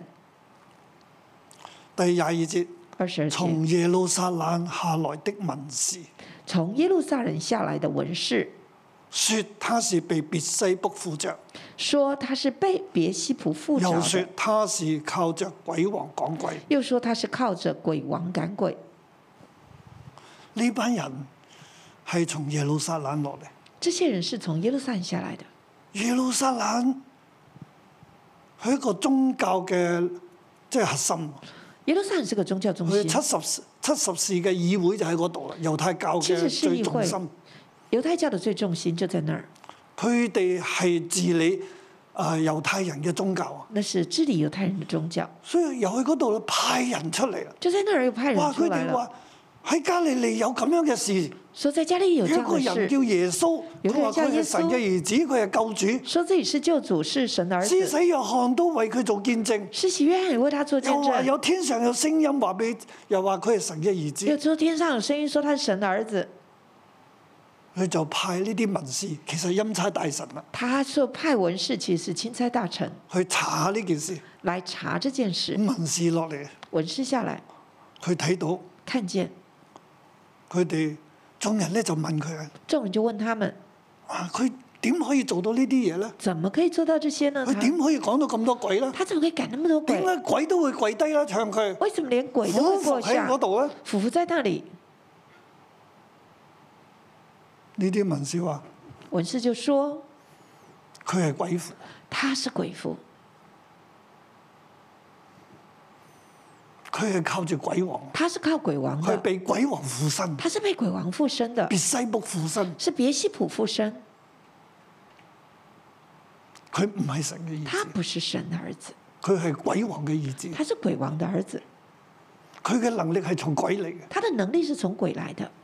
第廿二節。 二十二節， 從耶路撒冷下來的文士， 從耶路撒冷下來的文士， 說他是被別西卜附着， 說他是被別西卜附着， 又說他是靠着鬼王趕鬼， 又說他是靠着鬼王趕鬼。 呢班人係從耶路撒冷落嚟， 這些人是從耶路撒冷下來的。 耶路撒冷係一個宗教嘅即係核心。 耶路撒冷是個宗教中心。 佢七十七十士嘅議會就喺嗰度啦，猶太教嘅最重心。 猶太教嘅最重心就在那兒。 佢哋係治理啊猶太人嘅宗教啊。 那是治理猶太人嘅宗教。 所以又去嗰度派人出嚟啦。 就在那兒又派人出來了。 喺加利利有咁樣嘅事， 說在加利利有這樣嘅事。 有一個人叫耶穌，佢話佢係神嘅兒子，佢係救主。 說自己是救主，是神的兒子。 施洗約翰都為佢做見證。 施洗約翰也為他做見證。 又話有天上有聲音話俾，又話佢係神嘅兒子。 有時候天上有聲音說他是神的兒子。 佢就派呢啲文士，其實欽差大臣啦。 他說派文士其實是欽差大臣， 去查呢件事。 來查這件事。 文士落嚟。 文士下來。 佢睇到。 看見。 佢哋眾人咧就問佢啊， 眾人就問他們： 啊，佢點可以做到呢啲嘢咧？ 怎麼可以做到這些呢？ 佢點可以講到咁多鬼咧？ 他怎麼可以趕那麼多鬼？ 點解鬼都會跪低啦？唱佢？ 為什麼連鬼都會跪下？ 喺嗰度咧？ 俯伏在那裡。 呢啲文士話： 文士就說： 佢係鬼附。 他是鬼附。 佢係靠住鬼王， 他是靠鬼王的， 佢係被鬼王附身， 他是被鬼王附身的， 別西卜附身， 是別西卜附身。 佢唔係神嘅兒子， 他不是神的兒子， 佢係鬼王嘅兒子， 他是鬼王的兒子。 佢嘅能力係從鬼嚟嘅， 他的能力是從鬼來的。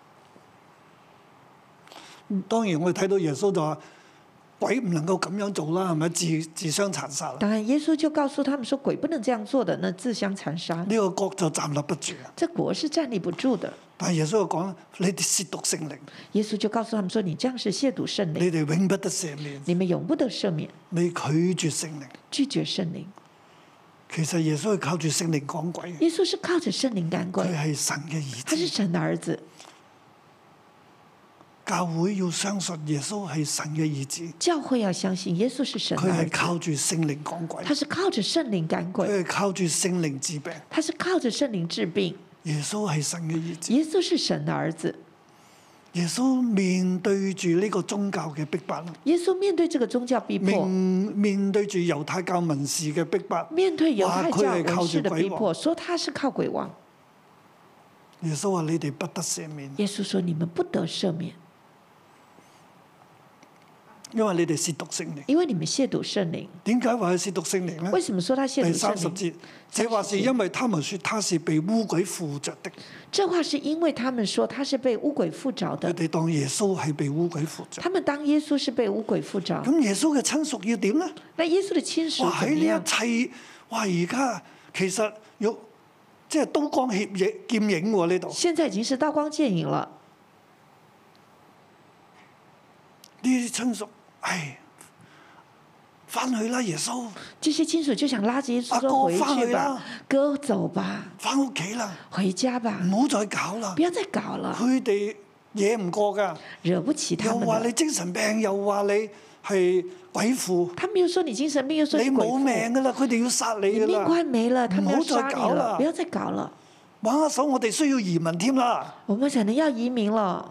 當然我哋睇到耶穌就話。鬼唔能夠咁樣做啦，係咪自自相殘殺？ 當然，耶穌就告訴他們說：鬼不能這樣做的，那自相殘殺。 呢個國就站立不住啊！ 這國是站立不住的。 但係耶穌就講：你哋褻瀆聖靈。 耶穌就告訴他們說：你這樣是褻瀆聖靈。 你哋永不得赦免。 你們永不得赦免。 你拒絕聖靈。 拒絕聖靈。 其實耶穌係靠住聖靈趕鬼。 耶穌是靠着聖靈趕鬼。 佢係神嘅兒子。 他是神的兒子。 教會要相信耶穌係神嘅兒子。 教會要相信耶穌是神的兒子。 佢係靠住聖靈趕鬼。 他是靠着聖靈趕鬼。 佢係靠住聖靈治病。 他是靠着聖靈治病。 耶穌係神嘅兒子。 耶穌是神的兒子。 耶穌面對住呢個宗教嘅逼迫。 耶穌面對這個宗教逼迫。 面面對住猶太教文士嘅逼迫。 面對猶太教文士的逼迫， 話佢係靠住鬼王， 說他是靠鬼王。 耶穌話：你哋不得赦免。 耶穌說：你們不得赦免。 因為你哋褻瀆聖靈， 因為你們褻瀆聖靈。 點解話佢褻瀆聖靈呢？ 為什麼說他褻瀆聖靈？ 第三十節，這話是因為他們說他是被污鬼附着的。 這話是因為他們說他是被污鬼附着的。 佢哋當耶穌係被污鬼附着。 他們當耶穌是被污鬼附着。 咁耶穌嘅親屬要點呢？ 那耶穌嘅親屬哇！喺呢一切，哇！而家其實要即係刀光劍影劍影喎呢度。 現在已經是刀光劍影了。 呢啲親屬，唉，翻去啦，耶穌。 這些親屬就想拉着耶穌說：回去吧，哥走吧， 翻屋企啦， 回家吧， 唔好再搞啦， 不要再搞了。 佢哋惹唔過㗎， 惹不起他們。 又話你精神病，又話你係鬼附。 他們又說你精神病，又說你鬼附。 你冇命㗎啦，佢哋要殺你㗎啦。 你命快沒了，他們要殺你搞了，不要再搞了。 玩下手，我哋需要移民添啦。 我們可能要移民了。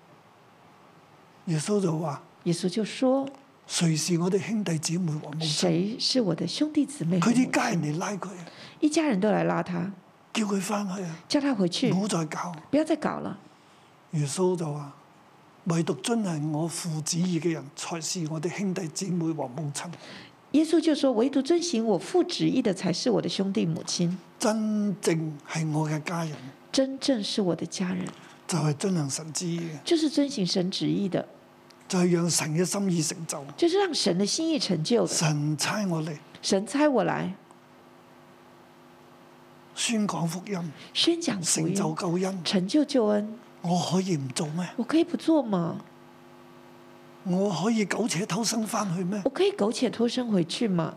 耶穌就話： 耶穌就說： 誰是我哋兄弟姊妹和母親？ 誰是我的兄弟姊妹？ 佢啲家人嚟拉佢， 一家人都來拉他， 叫佢翻去啊！ 叫他回去， 唔好再搞， 不要再搞了。 耶穌就話：唯獨遵行我父旨意嘅人，才是我哋兄弟姊妹和母親。 耶穌就說：唯獨遵行我父旨意的，才是我的兄弟母親。 真正係我嘅家人， 真正是我的家人， 就係遵行神旨意嘅， 就是遵行神旨意的， 就係讓神嘅心意成就， 就是讓神的心意成就的。 神差我嚟， 神差我來宣講福音， 宣講福音， 成就救恩， 成就救恩。 我可以唔做咩？ 我可以不做嗎？ 我可以苟且偷生翻去咩？ 我可以苟且偷生回去嗎？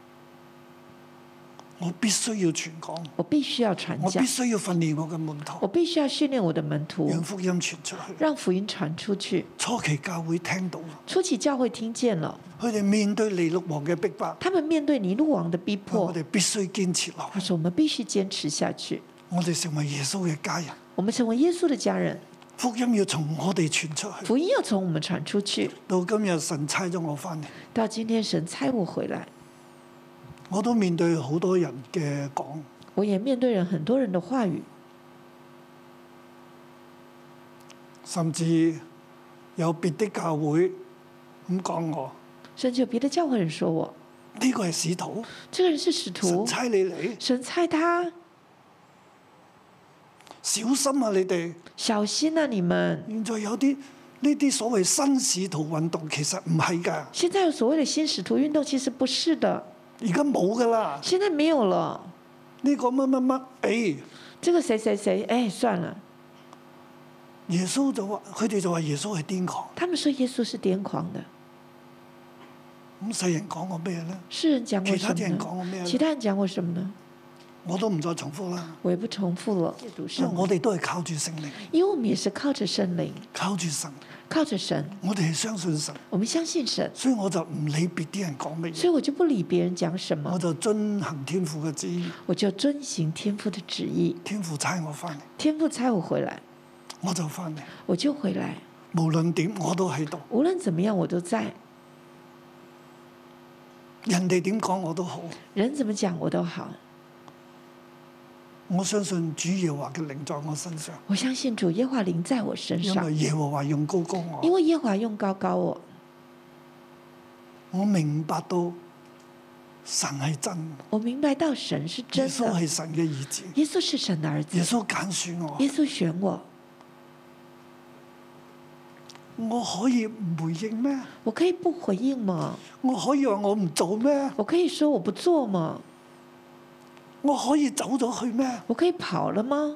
我必須要傳講， 我必須要傳講， 我必須要訓練我嘅門徒， 我必須要訓練我的門徒， 讓福音傳出去， 讓福音傳出去。 初期教會聽到， 初期教會聽見了， 佢哋面對尼祿王嘅逼迫， 他們面對尼祿王的逼迫， 我哋必須堅持落去。 他說：我們必須堅持下去。 我哋成為耶穌嘅家人， 我們成為耶穌的家人。 福音要從我哋傳出去， 福音要從我們傳出去。 到今日神差咗我翻嚟， 到今天神差我回來， 我都面對好多人嘅講， 我也面對人很多人的話語， 甚至有別的教會咁講我， 甚至有別的教會人說我呢個係使徒， 這個人是使徒， 神差你嚟， 神差他， 小心啊你哋， 小心啊你們！ 現在有啲呢啲所謂新使徒運動其實唔係㗎， 現在有所謂的新使徒運動，其實不是的， 而家冇㗎啦， 現在沒有了。 呢個乜乜乜，誒， 這個誰誰誰，哎，算了。 耶穌就話，佢哋就話耶穌係癲狂。 他們說耶穌是癲狂的。 咁世人講過咩咧？ 世人講過什麼呢？ 其他啲人講過咩？ 其他人講過什麼呢？ 我都唔再重複啦。 我也不重複了。 因為我哋都係靠住聖靈。 因為我們也是靠着聖靈， 靠住神， 靠着神。 我哋係相信神。 我們相信神， 所以我就唔理別啲人講乜嘢。 所以我就不理別人講什麼。 我就遵行天父嘅旨意。 我就遵行天父的旨意。 天父差我翻嚟。 天父差我回來。 我就翻嚟。 我就回來。 無論點我都喺度。 無論怎麼樣我都在。 人哋點講我都好。 人怎麼講我都好。 我相信主耶和華嘅靈在我身上。 我相信主耶和華靈在我身上。 因為耶和華用高高我。 因為耶和華用高高我。 我明白到神係真。 我明白到神是真的。 耶穌係神嘅兒子。 耶穌是神的兒子。 耶穌揀選我。 耶穌選我。 我可以唔回應咩？ 我可以不回應嗎？ 我可以話我唔做咩？ 我可以說我不做嗎？ 我可以走咗去咩？ 我可以跑了嗎？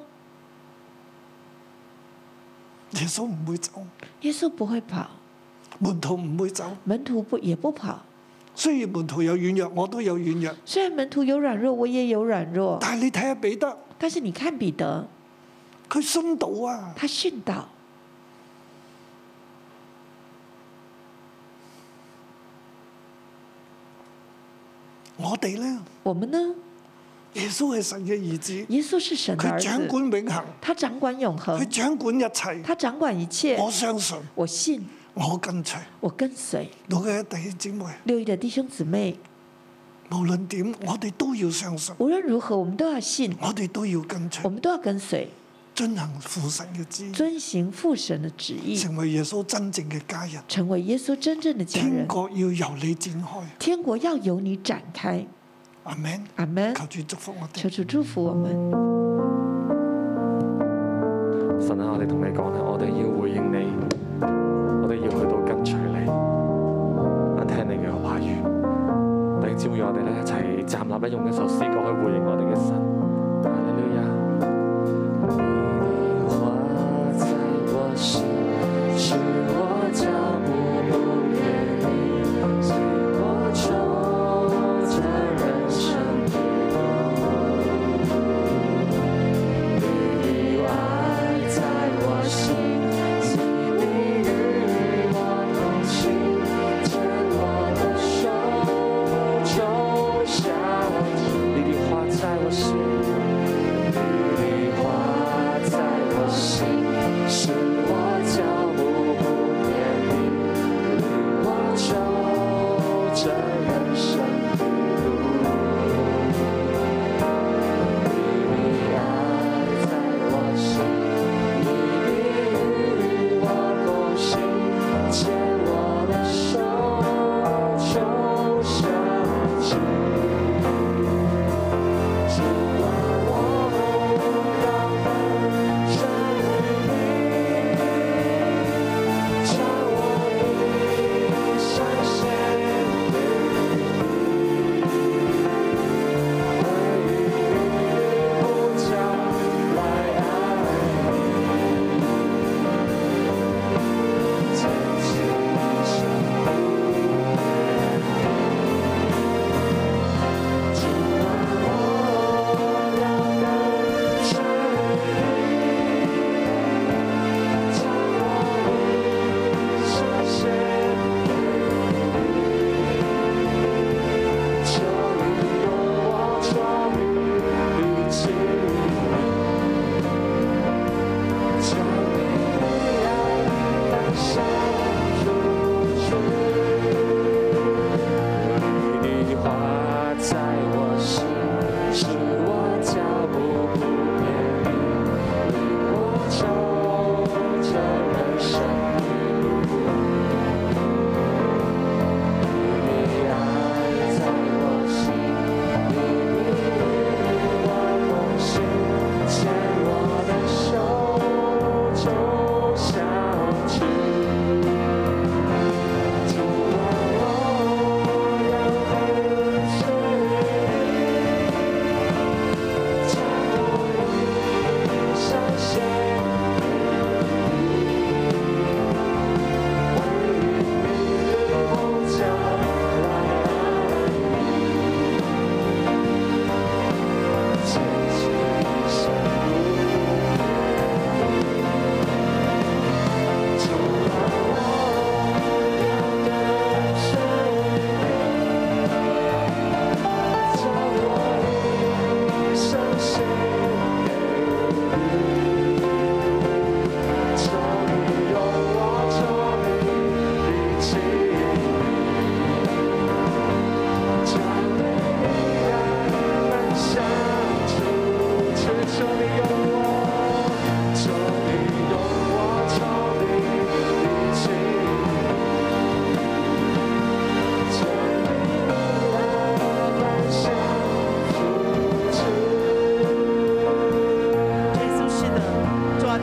耶穌唔會走。 耶穌不會跑。 門徒唔會走。 門徒不也不跑。 雖然門徒有軟弱，我都有軟弱。 雖然門徒有軟弱，我也有軟弱。 但係你睇下彼得。 但是你看彼得， 佢殉道啊！ 他殉道。 我哋咧？ 我們呢？ 耶穌係神嘅兒子， 耶穌是神的兒子， 佢掌管永恆， 他掌管永恆， 佢掌管一切， 他掌管一切。 我相信， 我信， 我跟隨， 我跟隨。 六一弟兄姊妹， 六一的弟兄姊妹， 無論點，我哋都要相信。 無論如何，我們都要信， 我哋都要跟隨， 我們都要跟隨， 遵行父神嘅旨意， 遵行父神的旨意， 成為耶穌真正嘅家人， 成為耶穌真正的家人。 天國要由你展開， 天國要由你展開。 阿門， 阿門。 求主祝福我哋， 求主祝福我們。 神啊，我哋同你講啦，我哋要回應你，我哋要去到跟隨你，聽你嘅話語。弟兄姊妹，我哋咧一齊站立咧，用一首詩歌去回應我哋嘅神。哈利路亞。你的話在我心，使我腳步不偏離，隨我走這人生的路。你的愛在我心，你的與我同行，牽我的手，不走下去。你的話在我心。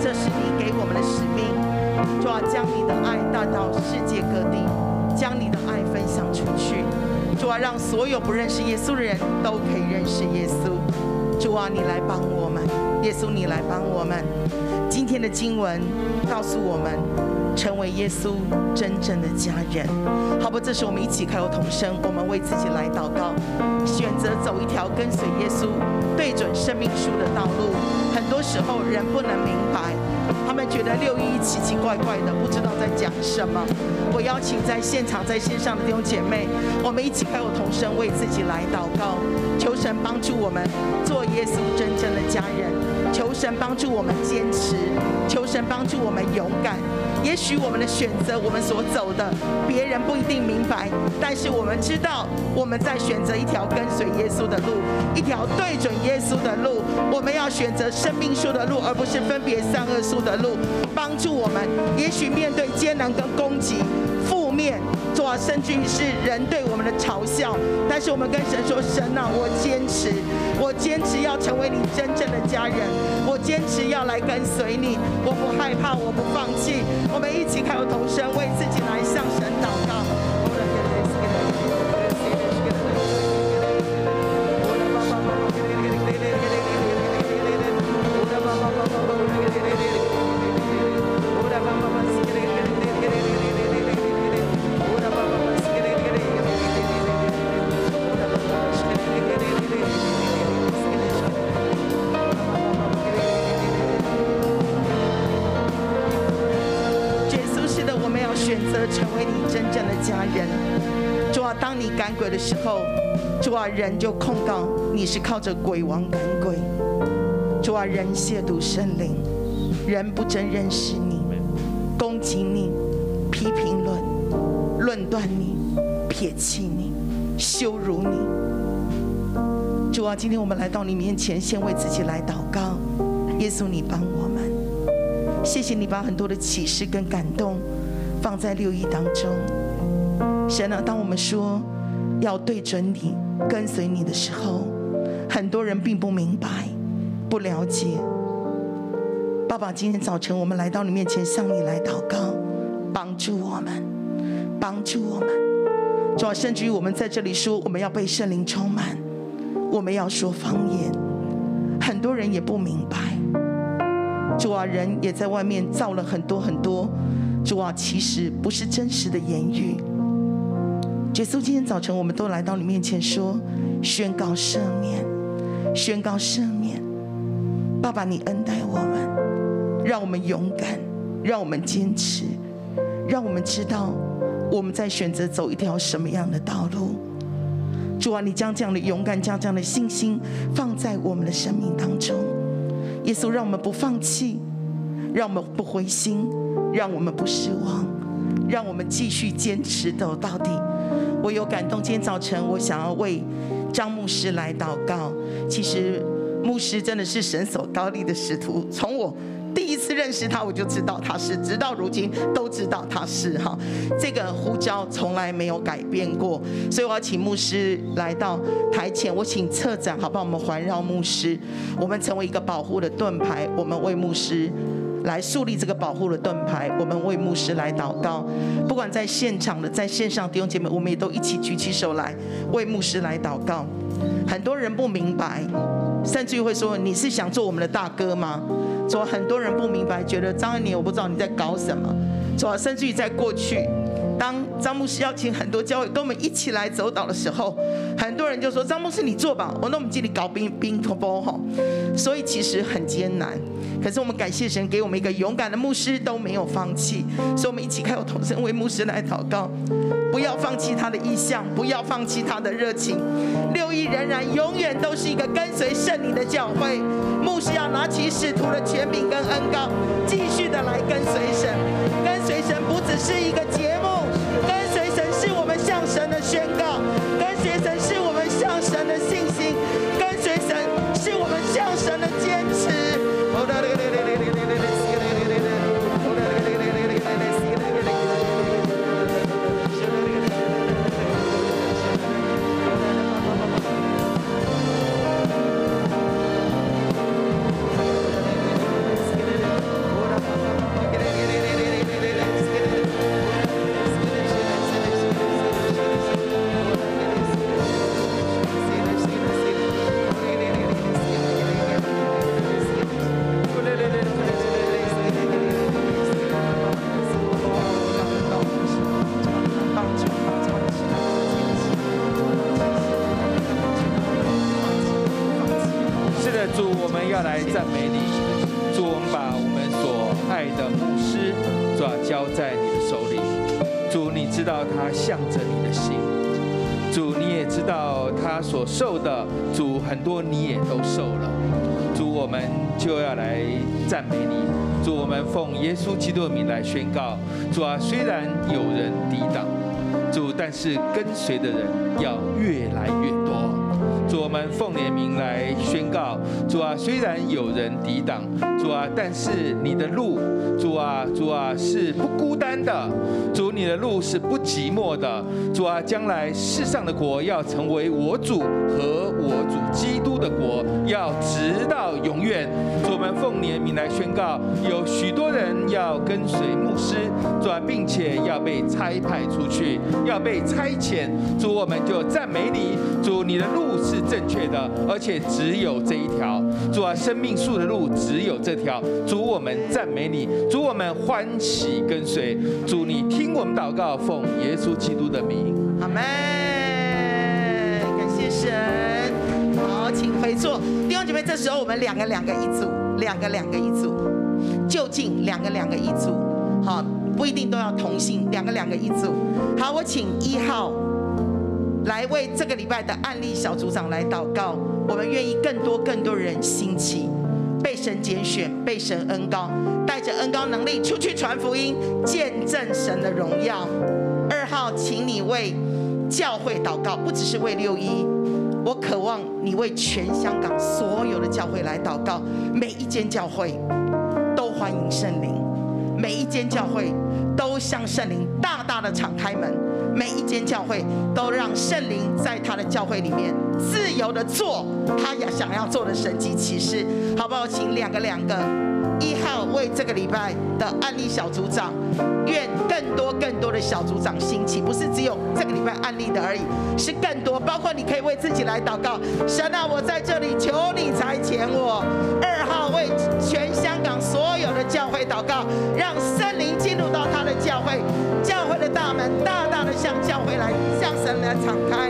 这是你给我们的使命。主啊，将你的爱带到世界各地，将你的爱分享出去。主啊，让所有不认识耶稣的人都可以认识耶稣。主啊，你来帮我们，耶稣你来帮我们。今天的经文告诉我们，成为耶稣真正的家人。好不好？这时我们一起开口同声，我们为自己来祷告，选择走一条跟随耶稣、对准生命树的道路。很多时候人不能明白，他们觉得六一奇奇怪怪的，不知道在讲什么。我邀请在现场、在线上的弟兄姐妹，我们一起开口同声，为自己来祷告，求神帮助我们做耶稣真正的家人，求神帮助我们坚持，求神帮助我们勇敢。也许我们的选择，我们所走的，别人不一定明白，但是我们知道我们在选择一条跟随耶稣的路，一条对准耶稣的路。我们要选择生命树的路，而不是分别善恶树的路。帮助我们，也许面对艰难跟攻击、负面，主啊，甚至于是人对我们的嘲笑，但是我们跟神说：神啊，我坚持，我坚持要成为你真正的家人，我坚持要来跟随你，我不害怕，我不放弃。我们一起开口同声，为自己来向神祷告。选择成为你真正的家人。主啊，当你赶鬼的时候，主啊，人就控告你是靠着鬼王赶鬼。主啊，人亵渎圣灵，人不真认识你，攻击你，批评论论断你，撇弃你，羞辱你。主啊，今天我们来到你面前，先为自己来祷告。耶稣，你帮我们，谢谢你把很多的启示跟感动放在六一当中。神啊，当我们说要对准你、跟随你的时候，很多人并不明白、不了解。爸爸，今天早晨我们来到你面前，向你来祷告，帮助我们，帮助我们。主啊，甚至于我们在这里说，我们要被圣灵充满，我们要说方言，很多人也不明白。主啊，人也在外面造了很多很多，主啊，其实不是真实的言语。耶稣，今天早晨我们都来到你面前说，宣告赦免，宣告赦免。爸爸，你恩待我们，让我们勇敢，让我们坚持，让我们知道我们在选择走一条什么样的道路。主啊，你将这样的勇敢，将这样的信心放在我们的生命当中。耶稣，让我们不放弃，让我们不灰心，让我们不失望，让我们继续坚持走到底。我有感动，今天早晨我想要为张牧师来祷告。其实牧师真的是神所高立的使徒，从我第一次认识他，我就知道他是，直到如今都知道他是哈。这个呼召从来没有改变过，所以我要请牧师来到台前，我请策展好不好？我们环绕牧师，我们成为一个保护的盾牌，我们为牧师来树立这个保护的盾牌，我们为牧师来祷告。不管在现场的，在线上弟兄姐妹，我们也都一起举起手来为牧师来祷告。很多人不明白，甚至于会说，你是想做我们的大哥吗？说很多人不明白，觉得张恩年我不知道你在搞什么。说甚至于在过去，当张牧师邀请很多教会跟我们一起来走岛的时候，很多人就说，张牧师你做吧，我那我们这里搞冰冰托波哈。所以其实很艰难，可是我们感谢神给我们一个勇敢的牧师，都没有放弃。所以我们一起开口同声为牧师来祷告，不要放弃他的意向，不要放弃他的热情。六一仍然永远都是一个跟随圣灵的教会，牧师要拿起使徒的权柄跟恩膏，继续的来跟随神。跟随神不只是一个节目，跟随神是我们向神的宣告，跟随神是我们向神的信心，跟随神是我们向神的坚持。 我们要来赞美你。主，我们把我们所爱的牧师，主啊，交在你的手里。主，你知道他向着你的心。主，你也知道他所受的，主很多你也都受了。主，我们就要来赞美你。主，我们奉耶稣基督的名来宣告。主啊，虽然有人抵挡，主，但是跟随的人要越来越多。主，我们奉你的名来宣告。主啊，虽然有人抵挡，主啊，但是你的路，主啊，主啊，是不孤单的。主，你的路是不寂寞的。主啊，将来世上的国要成为我主和我主基督的国，要直到永远。主，我们奉你的名来宣告，有许多人要跟随牧师，主啊，并且要被差派出去，要被差遣。主，我们就赞美你。主，你的路是正确的，而且只有这一条。主啊，生命树的路只有这条。主，我们赞美你。主，我们欢喜跟随。主，你听我们祷告，奉耶稣基督的名。 阿们。感谢神。好，请回座。弟兄姐妹，这时候我们两个两个一组，两个两个一组，就近两个两个一组。好，不一定都要同性，两个两个一组。好，我请一号来为这个礼拜的案例小组长来祷告。我们愿意更多更多人兴起，被神拣选，被神恩膏，带着恩膏能力出去传福音，见证神的荣耀。二号，请你为教会祷告，不只是为六一，我渴望你为全香港所有的教会来祷告，每一间教会都欢迎圣灵，每一间教会都向圣灵大大的敞开门，每一间教会都让圣灵在他的教会里面自由的做他也想要做的神迹奇事，好不好？请两个两个。一号为这个礼拜的案例小组长，愿更多更多的小组长兴起，不是只有这个礼拜案例的而已，是更多，包括你可以为自己来祷告。神啊，我在这里求你差遣我。二号为全香港所有的教会祷告，让圣灵进入到他的教会，教会的大门大大的向教会来向神来敞开。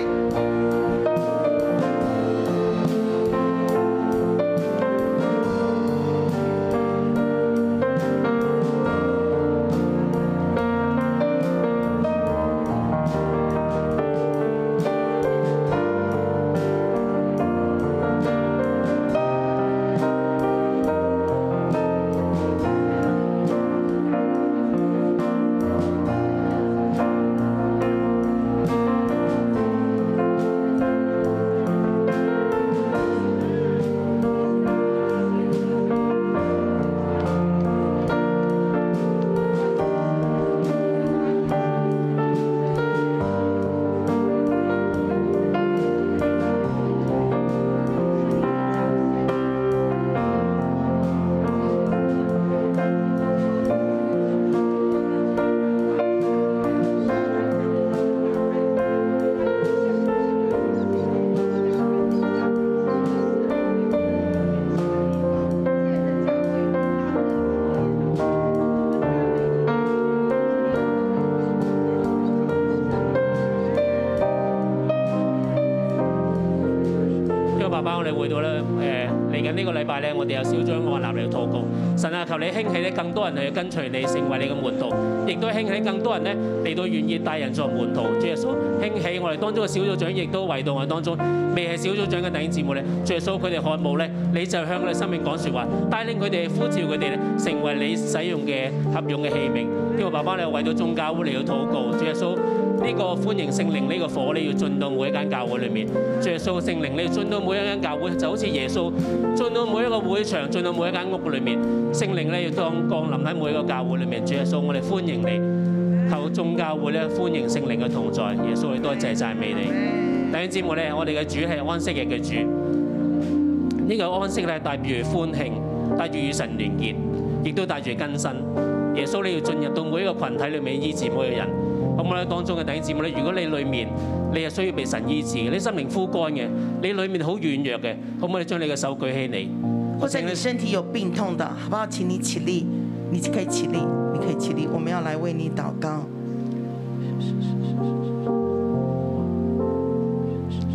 我哋會到咧，誒嚟緊呢個禮拜咧，我哋有小組按立嚟禱告。神啊，求你興起咧更多人去跟隨你，成為你嘅門徒，亦都興起更多人咧嚟到願意帶人作門徒。主耶穌興起我哋當中嘅小組長，亦都為到我哋當中未係小組長嘅弟兄姊妹咧，主耶穌佢哋渴慕咧，你就向佢哋生命講説話，帶領佢哋呼召佢哋咧，成為你使用嘅合用嘅器皿。呢個爸爸你為到眾教會嚟到禱告，主耶穌。呢個歡迎聖靈呢個火咧，要進到每一間教會裏面。主耶穌聖靈，你進到每一間教會，就好似耶穌進到每一個會場，進到每一間屋裏面。聖靈咧要當降臨喺每一個教會裏面。主耶穌，我哋歡迎你，求眾教會咧歡迎聖靈嘅同在。耶穌，我哋多謝讚美你。弟兄姊妹咧，我哋嘅主係安息日嘅主。呢、這個安息咧帶住歡慶，帶住與神連結，亦都帶住更新。耶穌你要進入到每一個群體裏面醫治每一個人。咁我哋當中嘅弟兄姊妹咧，如果你裏面你係需要被神醫治嘅，你心靈枯乾嘅，你裏面好軟弱嘅，可唔可以將你嘅手舉起你？ 或者你身體有病痛的，好不好？請你起立，你可以起立，你可以起立，我們要來為你禱告。 好，我哋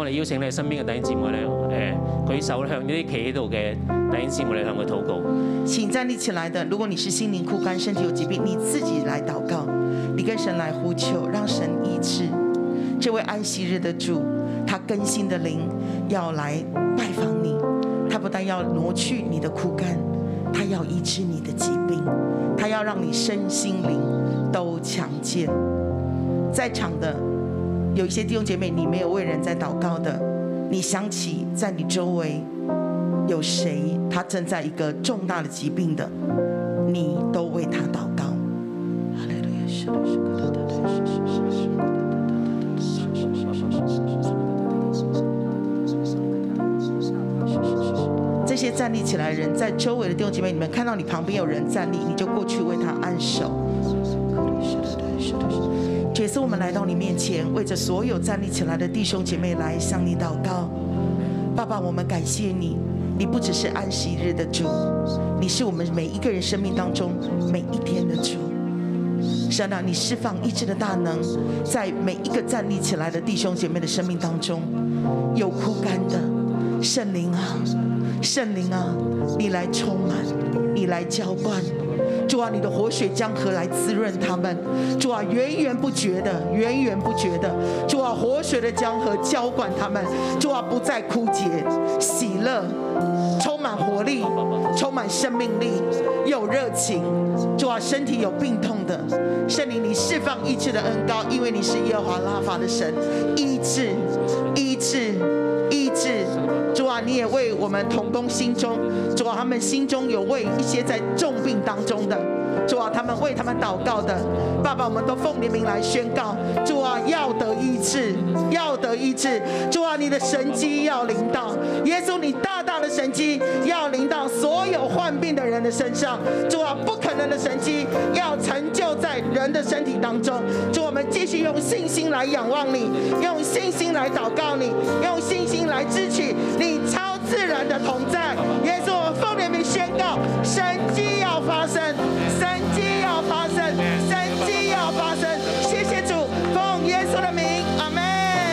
哋邀請你身邊嘅弟兄姊妹咧，誒舉手向呢啲企喺度嘅弟兄姊妹嚟向佢禱告。 請站立起來的，如果你是心靈枯乾、身體有疾病，你自己來禱告，你跟神來呼求，讓神醫治。這位安息日的主，他更新的靈要來拜訪你，他不但要挪去你的枯乾，他要醫治你的疾病，他要讓你身心靈都強健。在場的有一些弟兄姐妹，你沒有為人在禱告的，你想起在你周圍有誰他正在一個重大的疾病的，你都為他禱告。這些站立起來的人，在周圍的弟兄姐妹，你們看到你旁邊有人站立，你就過去為他按手。這次我們來到你面前，為着所有站立起來的弟兄姐妹來向你禱告。爸爸，我們感謝你，你不只是安息日的主，你是我們每一個人生命當中每一天的主。神啊，你釋放醫治的大能，在每一個站立起來的弟兄姐妹的生命當中，有枯乾的聖靈啊，聖靈啊，你來充滿，你來澆灌。主啊，你的活水江河來滋潤他們。主啊，源源不絕的，源源不絕的。主啊，活水的江河澆灌他們。主啊，不再枯竭，喜樂，充滿活力，充滿生命力，有熱情。主啊，身體有病痛的，聖靈你釋放醫治的恩膏，因為你是耶和華拉法的神，醫治，醫治，醫治。主啊，你也為我們同工心中，主啊，他們心中有為一些在重病當中的，主啊，他們為他們禱告的，爸爸，我們都奉你名來宣告，主啊，要得醫治，要得醫治，主啊，你的神蹟要臨到，耶穌，你大大的神蹟要臨到所有患病的人的身上，主啊，不可能的神蹟要成就在人的身體當中，主，我們繼續用信心來仰望你，用信心來禱告你，用信心來支取你超自然的同在。耶穌，我奉你名宣告，神蹟要發生，神蹟要發生，神蹟要發生。謝謝主，奉耶穌的名，阿們。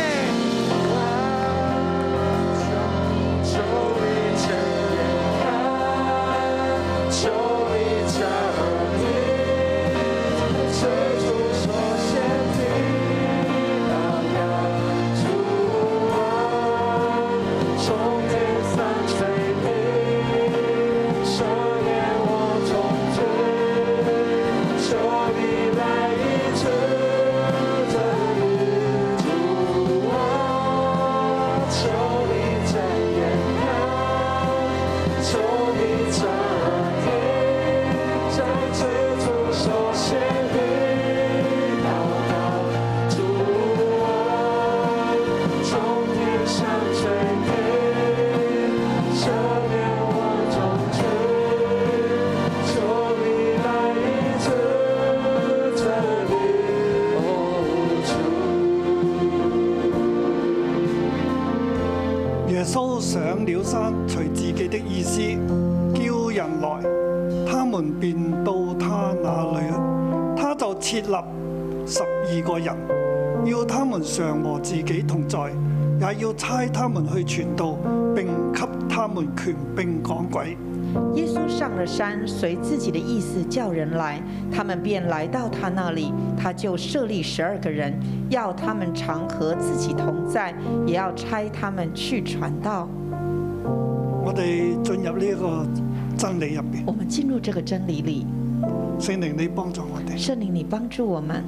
上了山，隨自己的意思叫人來，他們便到他那裏，他就設立十二個人，要他們常和自己同在，也要差他們去傳道，並給他們權柄趕鬼。 耶穌上了山，隨自己的意思叫人來，他們便來到他那裡，他就設立十二個人，要他們常和自己同在，也要差他們去傳道。 我哋進入呢個真理入邊， 我們進入這個真理裡。 聖靈你幫助我哋， 聖靈你幫助我們。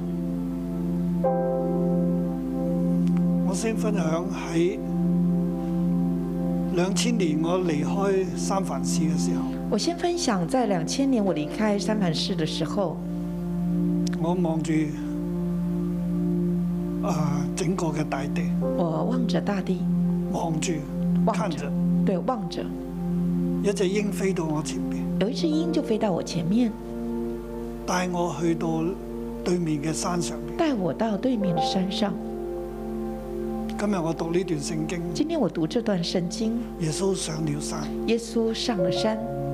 我先分享喺兩千年我離開三藩市嘅時候， 我先分享在兩千年我離開三藩市的時候， 我望住啊整個嘅大地， 我望着大地， 望住，看着， 對，望着， 一隻鷹飛到我前邊， 有一隻鷹就飛到我前面， 帶我去到對面嘅山上面， 帶我到對面的山上。 今日我讀呢段聖經， 今天我讀這段聖經， 耶穌上了山， 耶穌上了山，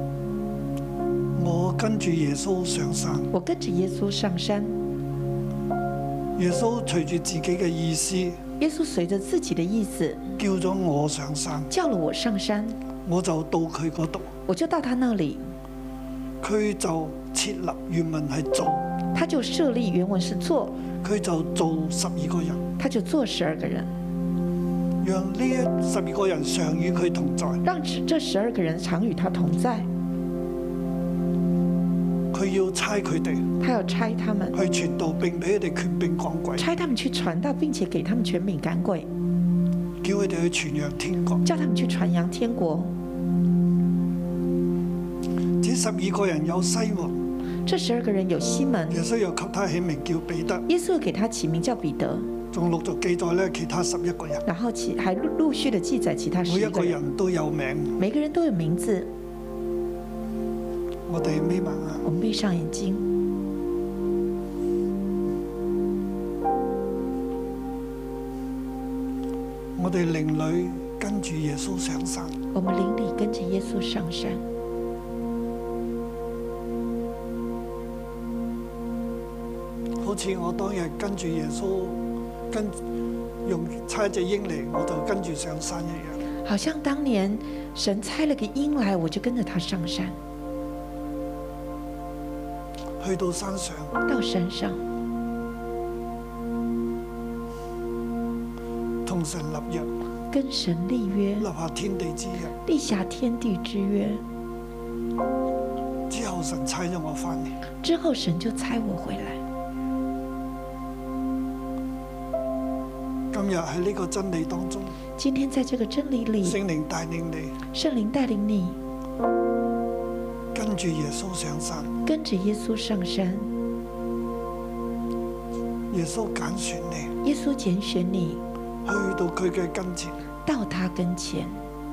我跟住耶穌上山， 我跟着耶穌上山， 耶穌隨住自己嘅意思耶穌隨着自己的意思， 叫咗我上山， 叫了我上山， 我就到佢嗰度， 我就到他那裡， 佢就設立原文係做， 他就設立原文是做， 佢就做十二個人， 他就做十二個人， 讓呢一十二個人常與佢同在， 讓這十二個人常與他同在。 佢要差佢哋， 他要差他們去傳道，並俾佢哋權柄趕鬼， 差他們去傳道，並且給他們權柄趕鬼， 叫佢哋去傳揚天國， 叫他們去傳揚天國。 這十二個人有西門， 這十二個人有西門， 耶穌又給他起名叫彼得， 耶穌又給他起名叫彼得， 仲陸續記載咧其他十一個人， 然後其還陸陸續的記載其他十一個人， 每一個人都有名， 每個人都有名字。 我哋眯埋眼， 我們閉上眼睛。 我哋靈裏跟住耶穌上山。 我們靈裏跟着耶穌上山。 好似我當日跟住耶穌，跟用差隻鷹嚟，我就跟住上山一樣。 好像當年神差了個鷹來，我就跟着他上山。 去到山上， 到山上， 同神立約， 跟神立約， 立下天地之約， 立下天地之約。 之後神差咗我翻嚟， 之後神就差我回來。 今日喺呢個真理當中， 今天在這個真理裏， 聖靈帶領你， 聖靈帶領你。 跟住耶穌上山， 跟着耶穌上山。 耶穌揀選你， 耶穌揀選你， 去到佢嘅跟前， 到他跟前，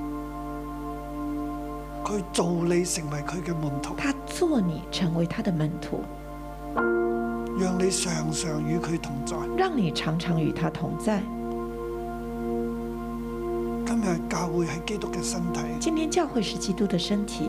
佢做你成為佢嘅門徒， 他做你成為他的門徒， 讓你常常與佢同在， 讓你常常與他同在。 今日教會係基督嘅身體， 今天教會是基督的身體。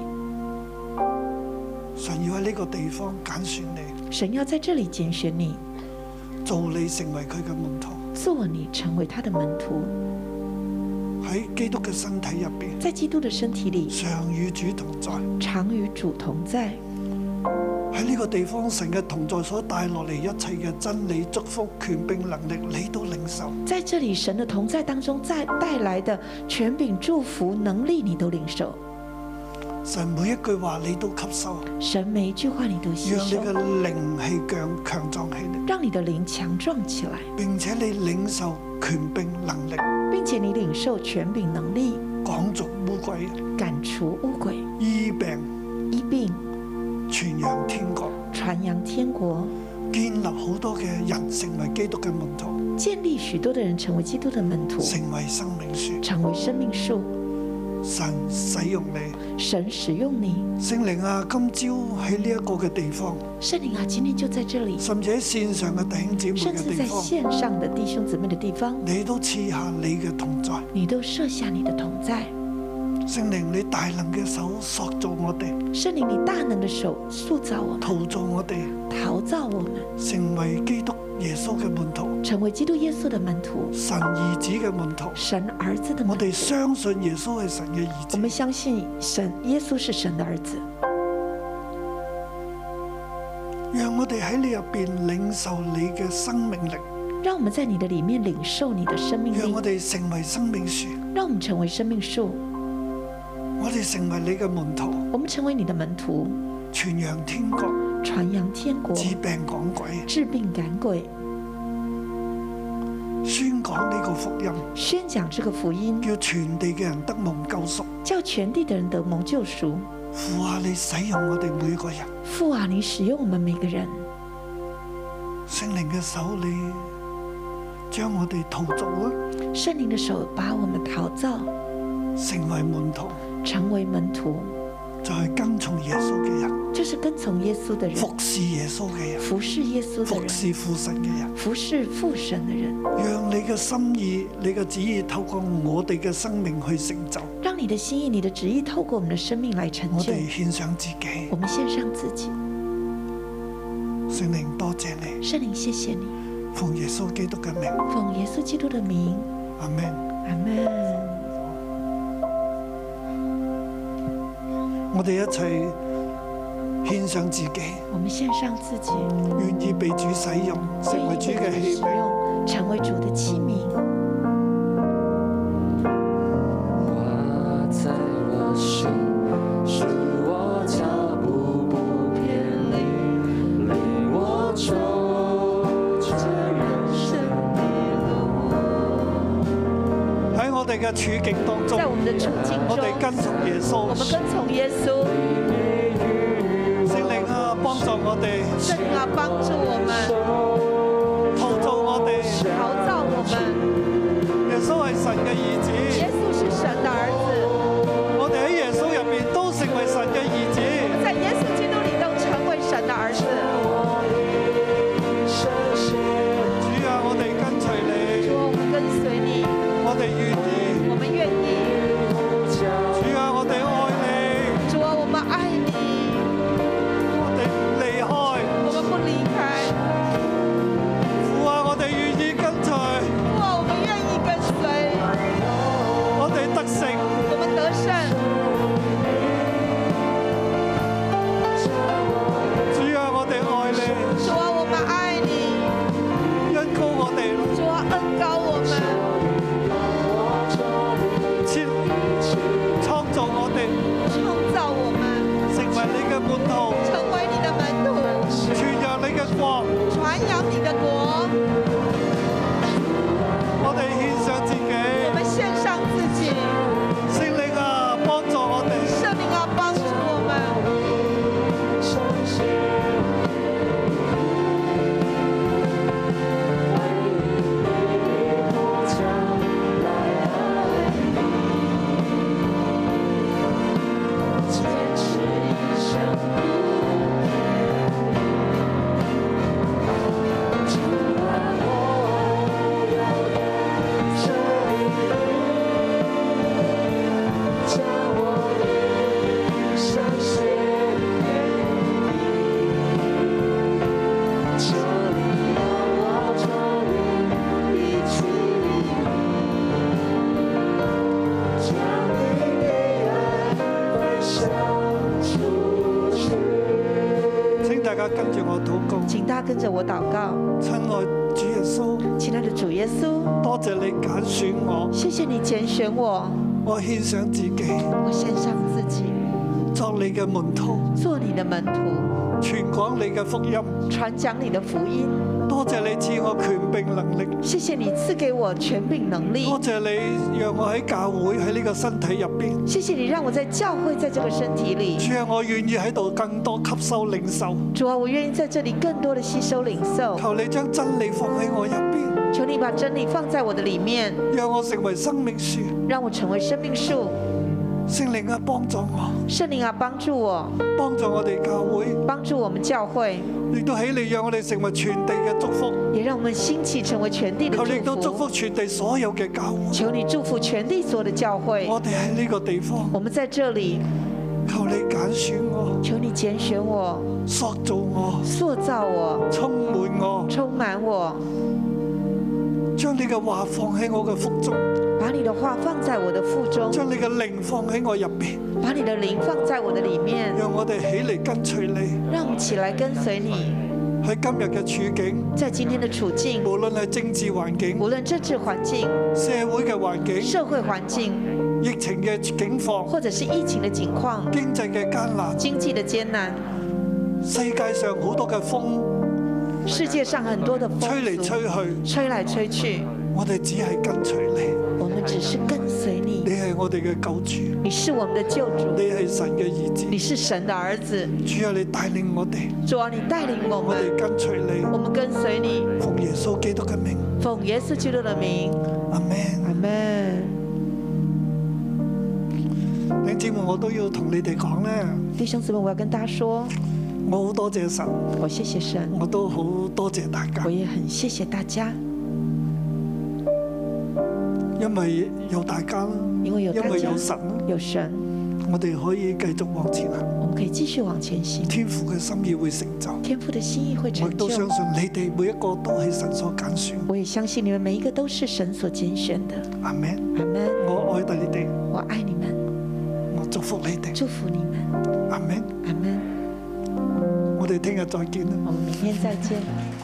神要喺呢個地方揀選你， 神要在這裡揀選你， 做你成為佢嘅門徒， 做你成為他的門徒。 喺基督嘅身體入邊， 在基督的身體裡， 常與主同在， 常與主同在。 喺呢個地方，神嘅同在所帶落嚟一切嘅真理、祝福、權柄、能力，你都領受。 在這裡，神的同在當中，再帶來的權柄、祝福、能力，你都領受。 神每一句話你都吸收， 神每一句話你都吸收， 讓你嘅靈氣強強壯起嚟， 讓你的靈強壯起來， 並且你領受權柄能力， 並且你領受權柄能力， 趕逐污鬼， 趕除污鬼， 醫病， 醫病， 傳揚天國， 傳揚天國， 建立好多嘅人成為基督嘅門徒， 建立許多的人成為基督的門徒， 成為生命樹， 成為生命樹。 神使用你， 神使用你， 聖靈啊，今朝喺呢一個嘅地方， 聖靈啊，今天就在這裡， 甚至喺線上嘅弟兄姊妹甚至在嘅地方， 線上的弟兄姊妹的地方， 你都賜下你嘅同在， 你都設下你的同在。 聖靈，你大能嘅手塑造我哋， 聖靈，你大能的手塑造我們， 陶造我哋， 陶造我們， 成為基督耶穌嘅門徒， 成為基督耶穌的門徒， 神兒子嘅門徒， 神兒子的門徒。 我哋相信耶穌係神嘅兒子， 我們相信神耶穌是神的兒子。 讓我哋喺你入邊領受你嘅生命力， 讓我們在你的裡面領受你的生命力， 讓我哋成為生命樹， 讓我們成為生命樹， 我哋成為你嘅門徒， 我們成為你的門徒， 傳揚天國， 傳揚天國， 治病趕鬼， 治病趕鬼， 宣講呢個福音， 宣講這個福音， 叫全地嘅人得蒙救贖， 叫全地的人得蒙救贖。 父啊，你使用我哋每個人， 父啊，你使用我們每個人， 聖靈嘅手，你將我哋陶造啊， 聖靈的手把我們陶造， 成為門徒， 成為門徒， 就係跟從耶穌嘅人， 就是跟從耶穌的人， 服侍耶穌嘅人， 服侍耶穌的人， 服侍父神嘅人， 服侍父神的人， 讓你嘅心意、你嘅旨意透過我哋嘅生命去成就。 讓你的心意、你的旨意透過我們的生命來成就。 我哋獻上自己， 我們獻上自己。 聖靈多謝你， 聖靈謝謝你， 奉耶穌基督嘅名， 奉耶穌基督的名， 阿門， 阿門。 我哋一齊獻上自己， 我們獻上自己， 願意被主使用，成為主嘅器皿， 成為主的器皿。 掛在我心，使我腳步不偏離，領我走這人生的路。 喺我哋嘅處境當中， 在我們的處境中， 我哋跟從耶穌， 我們跟從耶穌。 幫助我哋， 聖靈啊，幫助我們， 陶造我哋， 陶造我們。 耶穌係神嘅兒子， 耶穌是神的兒子。 我哋喺耶穌入邊都成為神嘅兒子。 我們在耶穌基督裏都成為神的兒子。 主啊，我哋跟隨你。 主，我們跟隨你。 我哋願意。我們願意。主啊，我哋愛你。 主啊，我們愛你。 不離開， 父啊，我哋願意跟隨。 父啊，我們願意跟隨。 我哋得勝， 我們得勝。 主啊，我哋愛你。 主啊，我們愛你。 恩膏我哋。 主啊，恩膏我們。 設創造我哋。 創造我們。 成為你嘅門徒。 成為你的門徒。 傳揚你嘅國， 傳揚你的國。 我哋獻上自己， 我們獻上自己。 聖靈啊，幫助我哋。 聖靈啊，幫助我們。 跟住我禱告， 請大家跟着我禱告。 親愛主耶穌， 親愛的主耶穌， 多謝你揀選我， 謝謝你揀選我， 我獻上自己， 我獻上自己， 作你嘅門徒， 做你的門徒， 傳講你嘅福音， 傳講你的福音。 多謝你賜我權柄能力， 謝謝你賜給我權柄能力。 多謝你讓我喺教會喺呢個身體入邊。 謝謝你讓我在教會在這個身體裏。 主啊，我願意喺度更多吸收領受。 主啊，我願意在這裏更多的吸收領受。 求你將真理放喺我入邊。 求你把真理放在我的裏面， 讓我成為生命樹。 讓我成為生命樹。 聖靈啊，幫助我！ 聖靈啊，幫助我！ 幫助我哋教會， 幫助我們教會， 亦都起嚟讓我哋成為全地嘅祝福。 也讓我們興起成為全地的祝福。 求你都祝福全地所有嘅教會。 求你祝福全地所有的教會。 我哋喺呢個地方， 我們在這裏。 求你揀選我， 求你揀選我， 塑造我， 塑造我， 充滿我， 充滿我。 將你嘅話放喺我嘅腹中， 把你的話放在我的腹中， 將你嘅靈放喺我入邊， 把你的靈放在我的裏面， 讓我哋起嚟跟隨你， 讓我們起來跟隨你。 喺今日嘅處境， 在今天的處境， 無論係政治環境， 無論政治環境， 社會嘅環境， 社會環境， 疫情嘅境況， 或者是疫情的境況， 經濟嘅艱難， 經濟的艱難， 世界上好多嘅風。 世界上很多的風吹嚟吹去， 吹來吹去， 我哋只係跟隨你。 我們只是跟隨你。 你係我哋嘅救主， 你是我們的救主。 你係神嘅兒子， 你是神的兒子。 主啊，你帶領我哋。 主啊，你帶領我們。 我哋跟隨你。 我們跟隨你。 奉耶穌基督嘅名。 奉耶穌基督的名。 阿門。 阿門。 弟兄姊妹，我都要同你哋講咧。 弟兄姊妹，我要跟大家說。 我好多謝神， 我謝謝神， 我都好多謝大家， 我也很謝謝大家， 因為有大家啦， 因為有大家， 因為有神， 有神， 我哋可以繼續往前行。 我們可以繼續往前行。 天父嘅心意會成就。 天父嘅心意會成就。 我亦都相信你哋每一個都係神所揀選。 我也相信你們每一個都是神所揀選的。 阿門。 阿門。 我愛你哋。 我愛你們。 我祝福你哋。 祝福你們。 阿門。 阿門。 我哋聽日再見啦。 我們明天再見。